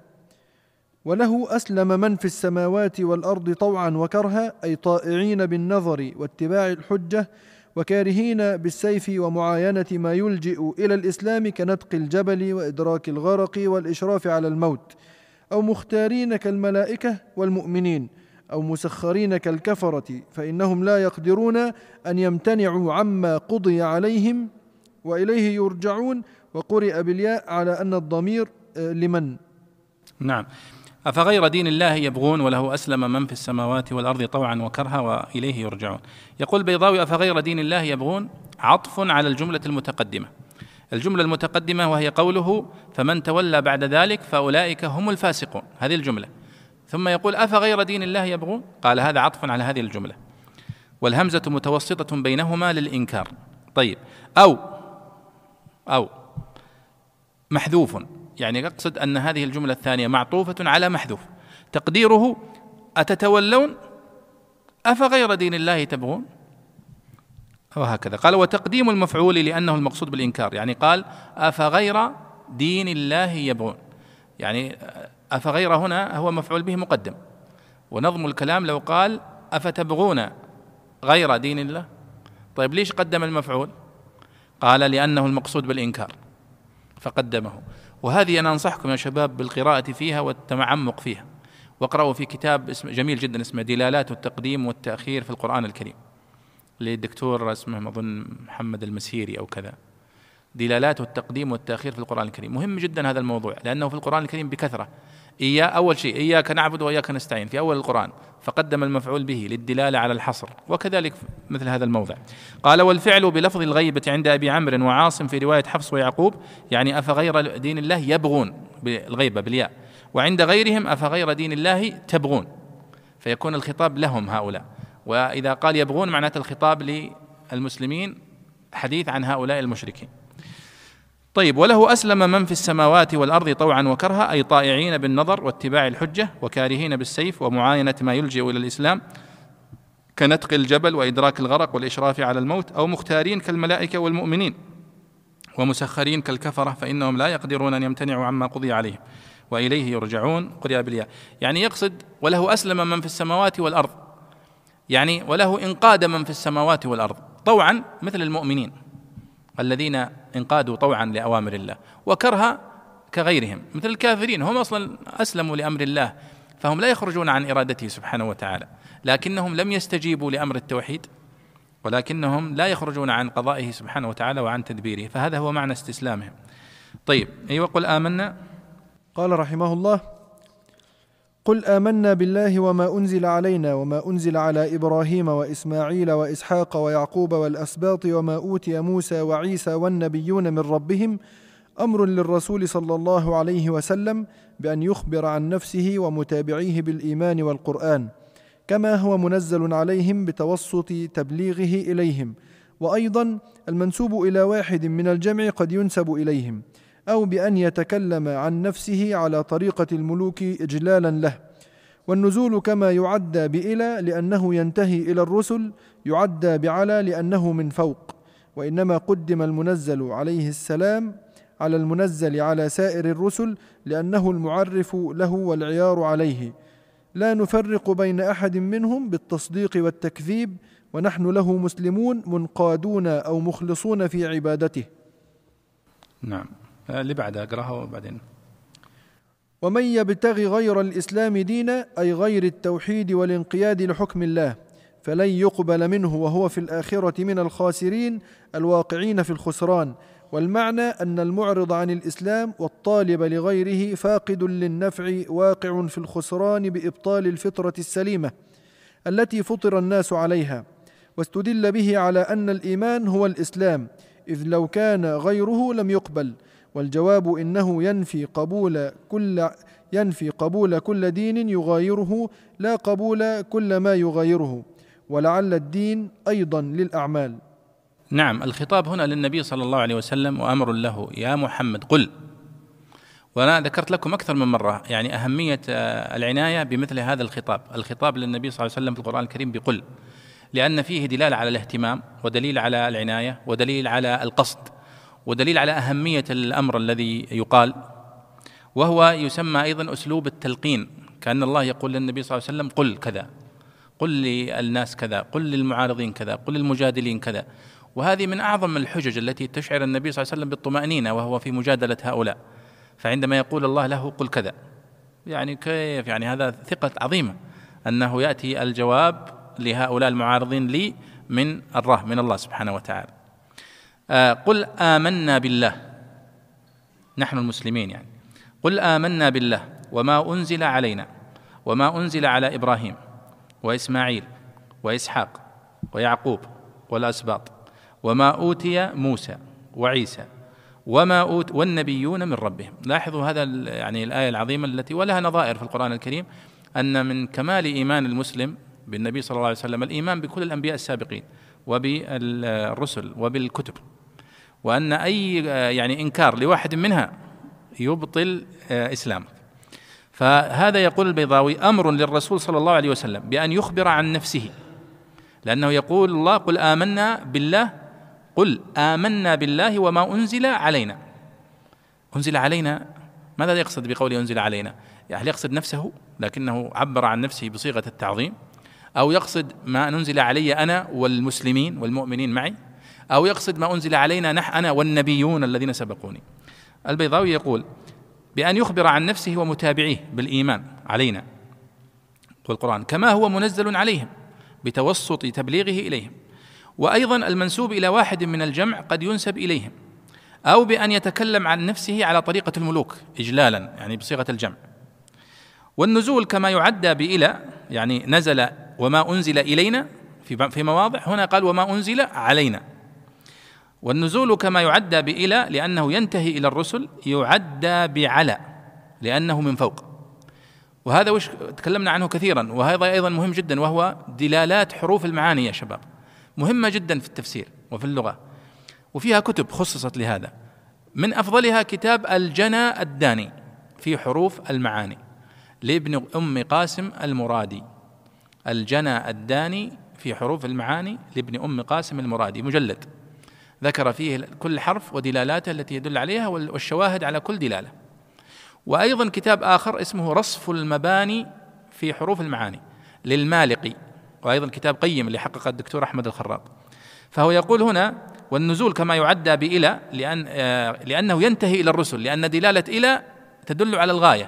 Speaker 2: وله أسلم من في السماوات والأرض طوعا وكرها، أي طائعين بالنظر واتباع الحجة، وكارهين بالسيف ومعاينة ما يلجئ إلى الإسلام كنطق الجبل وإدراك الغرق والإشراف على الموت، أو مختارين كالملائكة والمؤمنين، أو مسخرين كالكفرة، فإنهم لا يقدرون أن يمتنعوا عما قضي عليهم وإليه يرجعون. وقرئ بالياء على أن الضمير لمن.
Speaker 1: نعم. أفغير دين الله يبغون وله أسلم من في السماوات والأرض طوعا وكرها وإليه يرجعون. يقول البيضاوي: أفغير دين الله يبغون عطف على الجملة المتقدمة. الجملة المتقدمة وهي قوله: فمن تولى بعد ذلك فأولئك هم الفاسقون، هذه الجملة. ثم يقول: أفغير دين الله يبغون، قال هذا عطف على هذه الجملة، والهمزة متوسطة بينهما للإنكار. طيب، أو أو محذوف، يعني يقصد أن هذه الجملة الثانية معطوفة على محذوف تقديره: أتتولون أفغير دين الله تبغون، وهكذا. قال: وتقديم المفعول لأنه المقصود بالإنكار، يعني قال أفغير دين الله يبغون، يعني أفغير هنا هو مفعول به مقدم، ونظم الكلام لو قال أفتبغون غير دين الله. طيب ليش قدم المفعول؟ قال لأنه المقصود بالإنكار فقدمه. وهذه أنا أنصحكم يا شباب بالقراءة فيها والتعمق فيها، واقرأوا في كتاب اسم جميل جدا اسمه دلالات التقديم والتأخير في القرآن الكريم للدكتور اسمه أظن محمد المسيري أو كذا. دلالات التقديم والتأخير في القرآن الكريم مهم جدا هذا الموضوع، لأنه في القرآن الكريم بكثرة. إياه أول شيء إياك نعبد وإياك نستعين في أول القرآن، فقدم المفعول به للدلالة على الحصر، وكذلك مثل هذا الموضع. قال: والفعل بلفظ الغيبة عند أبي عمرو وعاصم في رواية حفص ويعقوب، يعني أفغير دين الله يبغون بالغيبة بالياء، وعند غيرهم أفغير دين الله تبغون، فيكون الخطاب لهم هؤلاء. وإذا قال يبغون معناته الخطاب للمسلمين، حديث عن هؤلاء المشركين. طيب: وله أسلم من في السماوات والأرض طوعا وكرها، أي طائعين بالنظر واتباع الحجة، وكارهين بالسيف ومعاينة ما يلجئ إلى الإسلام كنطق الجبل وإدراك الغرق والإشراف على الموت، أو مختارين كالملائكة والمؤمنين، ومسخرين كالكفرة، فإنهم لا يقدرون أن يمتنعوا عما قضي عليهم وإليه يرجعون. قرئ بالياء، يعني يقصد وله أسلم من في السماوات والأرض، يعني وله إنقاد من في السماوات والأرض طوعا مثل المؤمنين الذين انقادوا طوعا لأوامر الله، وكرها كغيرهم مثل الكافرين، هم أصلا أسلموا لأمر الله، فهم لا يخرجون عن إرادته سبحانه وتعالى، لكنهم لم يستجيبوا لأمر التوحيد، ولكنهم لا يخرجون عن قضائه سبحانه وتعالى وعن تدبيره، فهذا هو معنى استسلامهم. طيب، أيوة. قل آمنا.
Speaker 2: قال رحمه الله: قل آمنا بالله وما أنزل علينا وما أنزل على إبراهيم وإسماعيل وإسحاق ويعقوب والأسباط وما أوتي موسى وعيسى والنبيون من ربهم، أمر للرسول صلى الله عليه وسلم بأن يخبر عن نفسه ومتابعيه بالإيمان والقرآن، كما هو منزل عليهم بتوسط تبليغه إليهم. وأيضا المنسوب إلى واحد من الجمع قد ينسب إليهم، أو بأن يتكلم عن نفسه على طريقة الملوك إجلالا له. والنزول كما يعدى بإلى لأنه ينتهي إلى الرسل، يعدى بعلى لأنه من فوق، وإنما قدم المنزل عليه السلام على المنزل على سائر الرسل لأنه المعرف له والعيار عليه. لا نفرق بين أحد منهم بالتصديق والتكذيب، ونحن له مسلمون منقادون أو مخلصون في عبادته.
Speaker 1: نعم. اللي بعدها أقرأها وبعدين.
Speaker 2: ومن يبتغي غير الإسلام دينا، أي غير التوحيد والانقياد لحكم الله، فلن يقبل منه وهو في الآخرة من الخاسرين الواقعين في الخسران. والمعنى أن المعرض عن الإسلام والطالب لغيره فاقد للنفع واقع في الخسران بإبطال الفطرة السليمة التي فطر الناس عليها. واستدل به على أن الإيمان هو الإسلام، إذ لو كان غيره لم يقبل. والجواب إنه ينفي قبول كل ينفي قبول كل دين يغايره، لا قبول كل ما يغايره، ولعل الدين أيضا للأعمال.
Speaker 1: نعم، الخطاب هنا للنبي صلى الله عليه وسلم وأمر له: يا محمد قل. وأنا ذكرت لكم أكثر من مرة يعني أهمية العناية بمثل هذا الخطاب، الخطاب للنبي صلى الله عليه وسلم في القرآن الكريم بقل، لأن فيه دلالة على الاهتمام، ودليل على العناية، ودليل على القصد، ودليل على أهمية الأمر الذي يقال، وهو يسمى أيضا أسلوب التلقين، كأن الله يقول للنبي صلى الله عليه وسلم: قل كذا، قل للناس كذا، قل للمعارضين كذا، قل للمجادلين كذا. وهذه من أعظم الحجج التي تشعر النبي صلى الله عليه وسلم بالطمأنينة وهو في مجادلة هؤلاء. فعندما يقول الله له: قل كذا، يعني كيف؟ يعني هذا ثقة عظيمة أنه يأتي الجواب لهؤلاء المعارضين لي من الراه من الله سبحانه وتعالى. آه قل آمنا بالله، نحن المسلمين يعني، قل آمنا بالله وما أنزل علينا وما أنزل على إبراهيم وإسماعيل وإسحاق ويعقوب والأسباط وما أوتي موسى وعيسى وما أوت والنبيون من ربهم. لاحظوا هذا يعني الآية العظيمة التي ولها نظائر في القرآن الكريم، أن من كمال إيمان المسلم بالنبي صلى الله عليه وسلم الإيمان بكل الأنبياء السابقين وبالرسل وبالكتب، وأن أي يعني إنكار لواحد منها يبطل إسلامك. فهذا يقول البيضاوي أمر للرسول صلى الله عليه وسلم بأن يخبر عن نفسه، لأنه يقول الله: قل آمنا بالله، قل آمنا بالله وما أنزل علينا. أنزل علينا، ماذا يقصد بقوله أنزل علينا؟ يعني يقصد نفسه لكنه عبر عن نفسه بصيغة التعظيم، أو يقصد ما أنزل علي أنا والمسلمين والمؤمنين معي، أو يقصد ما أنزل علينا نحن أنا والنبيون الذين سبقوني. البيضاوي يقول بأن يخبر عن نفسه ومتابعيه بالإيمان علينا والقرآن كما هو منزل عليهم بتوسط تبليغه إليهم، وأيضا المنسوب إلى واحد من الجمع قد ينسب إليهم، أو بأن يتكلم عن نفسه على طريقة الملوك إجلالا يعني بصيغة الجمع. والنزول كما يعدى بإلى، يعني نزل وما أنزل إلينا في مواضع، هنا قال وما أنزل علينا. والنزول كما يعدى بإلى لأنه ينتهي إلى الرسل، يعدى بعلى لأنه من فوق. وهذا وش تكلمنا عنه كثيرا، وهذا أيضا مهم جدا، وهو دلالات حروف المعاني يا شباب، مهمة جدا في التفسير وفي اللغة، وفيها كتب خصصت لهذا، من أفضلها كتاب الجنى الداني في حروف المعاني لابن أم قاسم المرادي. الجنى الداني في حروف المعاني لابن أم قاسم المرادي، مجلد ذكر فيه كل حرف ودلالاته التي يدل عليها والشواهد على كل دلالة. وأيضا كتاب آخر اسمه رصف المباني في حروف المعاني للمالقي، وأيضا كتاب قيم اللي حققه الدكتور أحمد الخراط. فهو يقول هنا والنزول كما يعدى بإلى لأن لأنه ينتهي إلى الرسل، لأن دلالة إلى تدل على الغاية.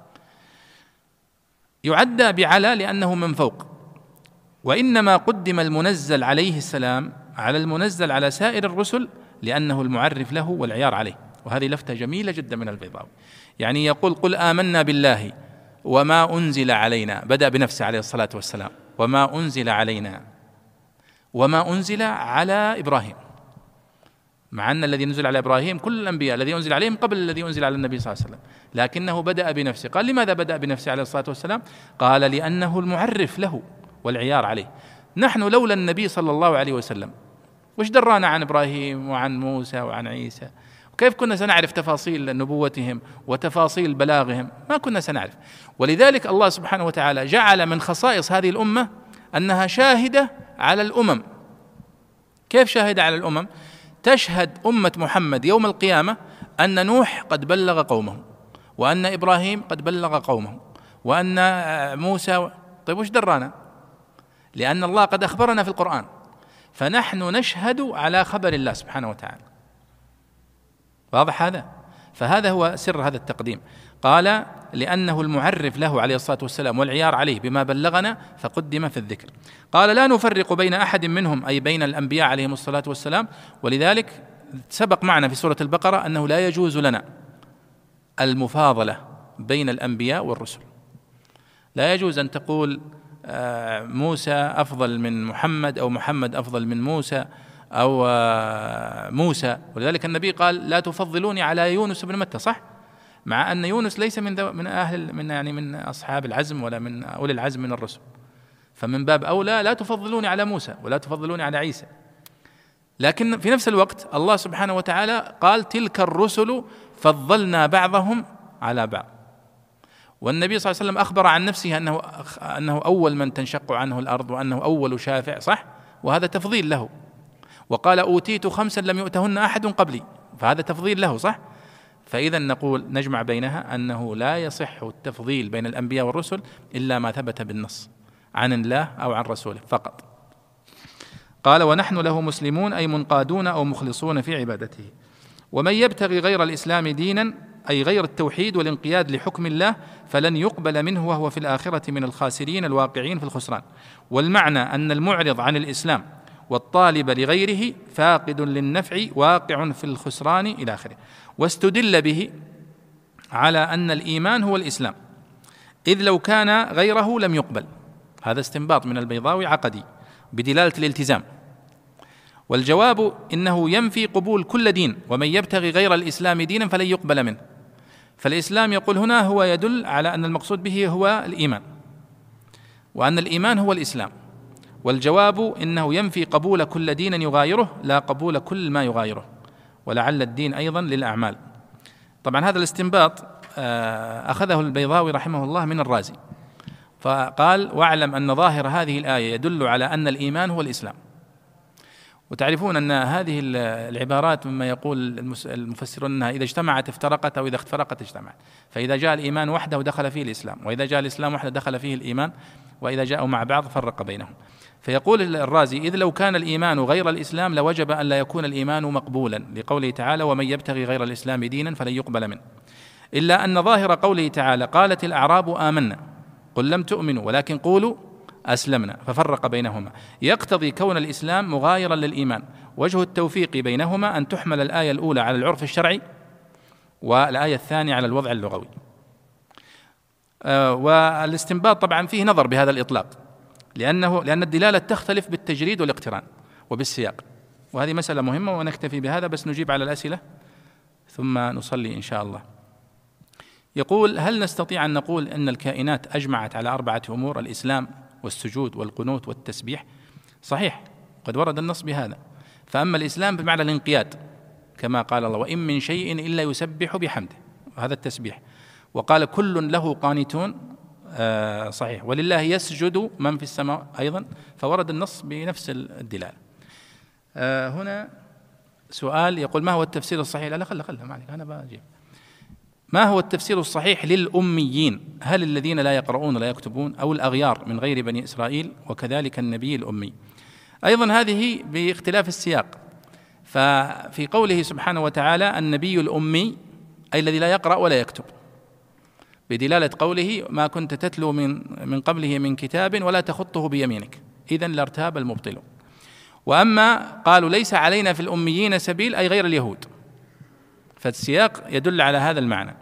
Speaker 1: يعدى بعلى لأنه من فوق. وإنما قدم المنزل عليه السلام على المنزل على سائر الرسل لأنه المعرف له والعيار عليه. وهذه لفتة جميلة جدا من البيضاوي، يعني يقول قل آمنا بالله وما أنزل علينا، بدأ بنفسه عليه الصلاة والسلام، وما أنزل علينا وما أنزل على إبراهيم، مع أن الذي نزل على إبراهيم كل الأنبياء الذي أنزل عليهم قبل الذي أنزل على النبي صلى الله عليه وسلم، لكنه بدأ بنفسه. قال لماذا بدأ بنفسه عليه الصلاة والسلام؟ قال لأنه المعرف له والعيار عليه. نحن لولا النبي صلى الله عليه وسلم وش درانا عن إبراهيم وعن موسى وعن عيسى؟ وكيف كنا سنعرف تفاصيل نبوتهم وتفاصيل بلاغهم؟ ما كنا سنعرف. ولذلك الله سبحانه وتعالى جعل من خصائص هذه الأمة أنها شاهدة على الأمم. كيف شاهدة على الأمم؟ تشهد أمة محمد يوم القيامة أن نوح قد بلغ قومه، وأن إبراهيم قد بلغ قومه، وأن موسى. طيب وش درانا؟ لأن الله قد أخبرنا في القرآن، فنحن نشهد على خبر الله سبحانه وتعالى. واضح هذا؟ فهذا هو سر هذا التقديم. قال لأنه المعرف له عليه الصلاة والسلام والعيار عليه بما بلغنا فقدم في الذكر. قال لا نفرق بين أحد منهم، أي بين الأنبياء عليهم الصلاة والسلام. ولذلك سبق معنا في سورة البقرة أنه لا يجوز لنا المفاضلة بين الأنبياء والرسل. لا يجوز أن تقول موسى أفضل من محمد أو محمد أفضل من موسى أو موسى. ولذلك النبي قال لا تفضلوني على يونس بن متى، صح؟ مع أن يونس ليس من من أهل من يعني من أصحاب العزم ولا من أولي العزم من الرسل، فمن باب أولى لا تفضلوني على موسى ولا تفضلوني على عيسى. لكن في نفس الوقت الله سبحانه وتعالى قال تلك الرسل فضلنا بعضهم على بعض. والنبي صلى الله عليه وسلم أخبر عن نفسه أنه أنه أول من تنشق عنه الأرض وأنه أول شافع، صح؟ وهذا تفضيل له. وقال أوتيت خمسا لم يؤتهن أحد قبلي، فهذا تفضيل له، صح؟ فإذا نقول نجمع بينها أنه لا يصح التفضيل بين الأنبياء والرسل إلا ما ثبت بالنص عن الله أو عن رسوله فقط. قال ونحن له مسلمون أي منقادون أو مخلصون في عبادته. ومن يبتغي غير الإسلام دينا أي غير التوحيد والانقياد لحكم الله فلن يقبل منه وهو في الآخرة من الخاسرين الواقعين في الخسران. والمعنى أن المعرض عن الإسلام والطالب لغيره فاقد للنفع واقع في الخسران إلى آخره. واستدل به على أن الإيمان هو الإسلام، إذ لو كان غيره لم يقبل. هذا استنباط من البيضاوي عقدي بدلالة الالتزام. والجواب إنه ينفي قبول كل دين، ومن يبتغي غير الإسلام دينا فلن يقبل منه. فالإسلام يقول هنا هو يدل على أن المقصود به هو الإيمان، وأن الإيمان هو الإسلام. والجواب إنه ينفي قبول كل دين يغايره لا قبول كل ما يغايره، ولعل الدين أيضا للأعمال. طبعا هذا الاستنباط أخذه البيضاوي رحمه الله من الرازي، فقال واعلم أن ظاهر هذه الآية يدل على أن الإيمان هو الإسلام. وتعرفون أن هذه العبارات مما يقول المفسرون أنها إذا اجتمعت افترقت أو إذا افترقت اجتمعت. فإذا جاء الإيمان وحده دخل فيه الإسلام، وإذا جاء الإسلام وحده دخل فيه الإيمان، وإذا جاءوا مع بعض فرق بينهم. فيقول الرازي إذ لو كان الإيمان غير الإسلام لوجب أن لا يكون الإيمان مقبولا، لقوله تعالى ومن يبتغي غير الإسلام دينا فلن يقبل منه. إلا أن ظاهر قوله تعالى قالت الأعراب آمنا قل لم تؤمنوا ولكن قولوا أسلمنا، ففرق بينهما، يقتضي كون الإسلام مغايرا للإيمان. وجه التوفيق بينهما أن تحمل الآية الأولى على العرف الشرعي والآية الثانية على الوضع اللغوي. آه والاستنباط طبعا فيه نظر بهذا الإطلاق، لأنه لأن الدلالة تختلف بالتجريد والاقتران وبالسياق، وهذه مسألة مهمة. ونكتفي بهذا بس نجيب على الأسئلة ثم نصلي إن شاء الله. يقول هل نستطيع أن نقول أن الكائنات أجمعت على أربعة أمور: الإسلام والسجود والقنوت والتسبيح؟ صحيح، قد ورد النص بهذا. فأما الإسلام بمعنى الانقياد كما قال الله وإن من شيء إلا يسبح بحمده، هذا التسبيح. وقال كل له قانتون، آه صحيح، ولله يسجد من في السماء أيضا، فورد النص بنفس الدلالة. آه هنا سؤال يقول ما هو التفسير الصحيح؟ لا لا خله خله ما عليك أنا بجيب. ما هو التفسير الصحيح للأميين؟ هل الذين لا يقرؤون ولا يكتبون أو الأغيار من غير بني إسرائيل وكذلك النبي الأمي؟ أيضا هذه باختلاف السياق. ففي قوله سبحانه وتعالى النبي الأمي أي الذي لا يقرأ ولا يكتب، بدلالة قوله ما كنت تتلو من من قبله من كتاب ولا تخطه بيمينك إذن لارتاب المبطلون. وأما قالوا ليس علينا في الأميين سبيل أي غير اليهود، فالسياق يدل على هذا المعنى.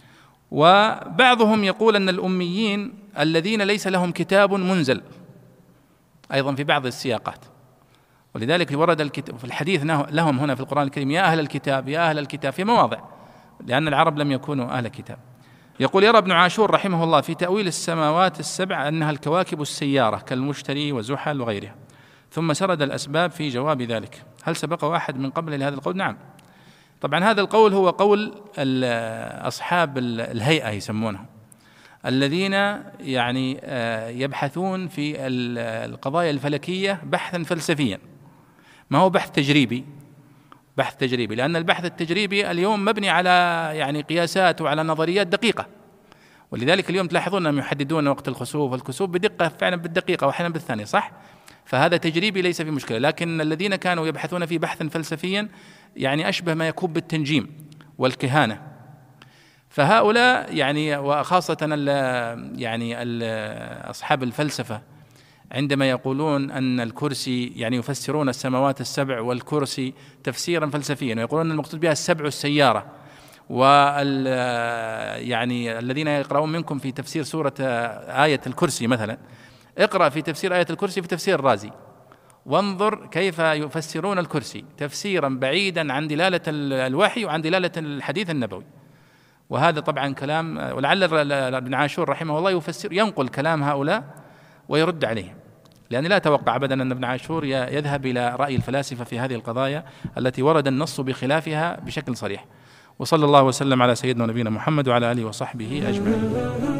Speaker 1: وبعضهم يقول أن الأميين الذين ليس لهم كتاب منزل أيضا في بعض السياقات، ولذلك ورد الكتاب في الحديث لهم هنا في القرآن الكريم يا أهل الكتاب يا أهل الكتاب في مواضع، لأن العرب لم يكونوا أهل كتاب. يقول يرى ابن عاشور رحمه الله في تأويل السماوات السبع أنها الكواكب السيارة كالمشتري وزحل وغيرها، ثم سرد الأسباب في جواب ذلك. هل سبقه أحد من قبل لهذا القول؟ نعم، طبعا هذا القول هو قول أصحاب الهيئة يسمونه، الذين يعني يبحثون في القضايا الفلكية بحثا فلسفيا، ما هو بحث تجريبي. بحث تجريبي لأن البحث التجريبي اليوم مبني على يعني قياسات وعلى نظريات دقيقة، ولذلك اليوم تلاحظون أنهم يحددون وقت الخسوف والكسوف بدقة فعلا بالدقيقة وأحيانا بالثانية، صح؟ فهذا تجريبي ليس في مشكلة. لكن الذين كانوا يبحثون فيه بحثا فلسفيا يعني أشبه ما يكون بالتنجيم والكهانة، فهؤلاء يعني وخاصة ال يعني ال أصحاب الفلسفة عندما يقولون أن الكرسي يعني يفسرون السماوات السبع والكرسي تفسيرا فلسفيا، ويقولون أن المقصود بها السبع السيارة. وال يعني الذين يقرؤون منكم في تفسير سورة آية الكرسي مثلا، اقرأ في تفسير آية الكرسي في تفسير الرازي، وانظر كيف يفسرون الكرسي تفسيرا بعيدا عن دلالة الوحي وعن دلالة الحديث النبوي. وهذا طبعا كلام، ولعل ابن عاشور رحمه الله يفسر ينقل كلام هؤلاء ويرد عليهم، لأن لا أتوقع أبدا أن ابن عاشور يذهب إلى رأي الفلاسفة في هذه القضايا التي ورد النص بخلافها بشكل صريح. وصلى الله وسلم على سيدنا ونبينا محمد وعلى آله وصحبه أجمعين.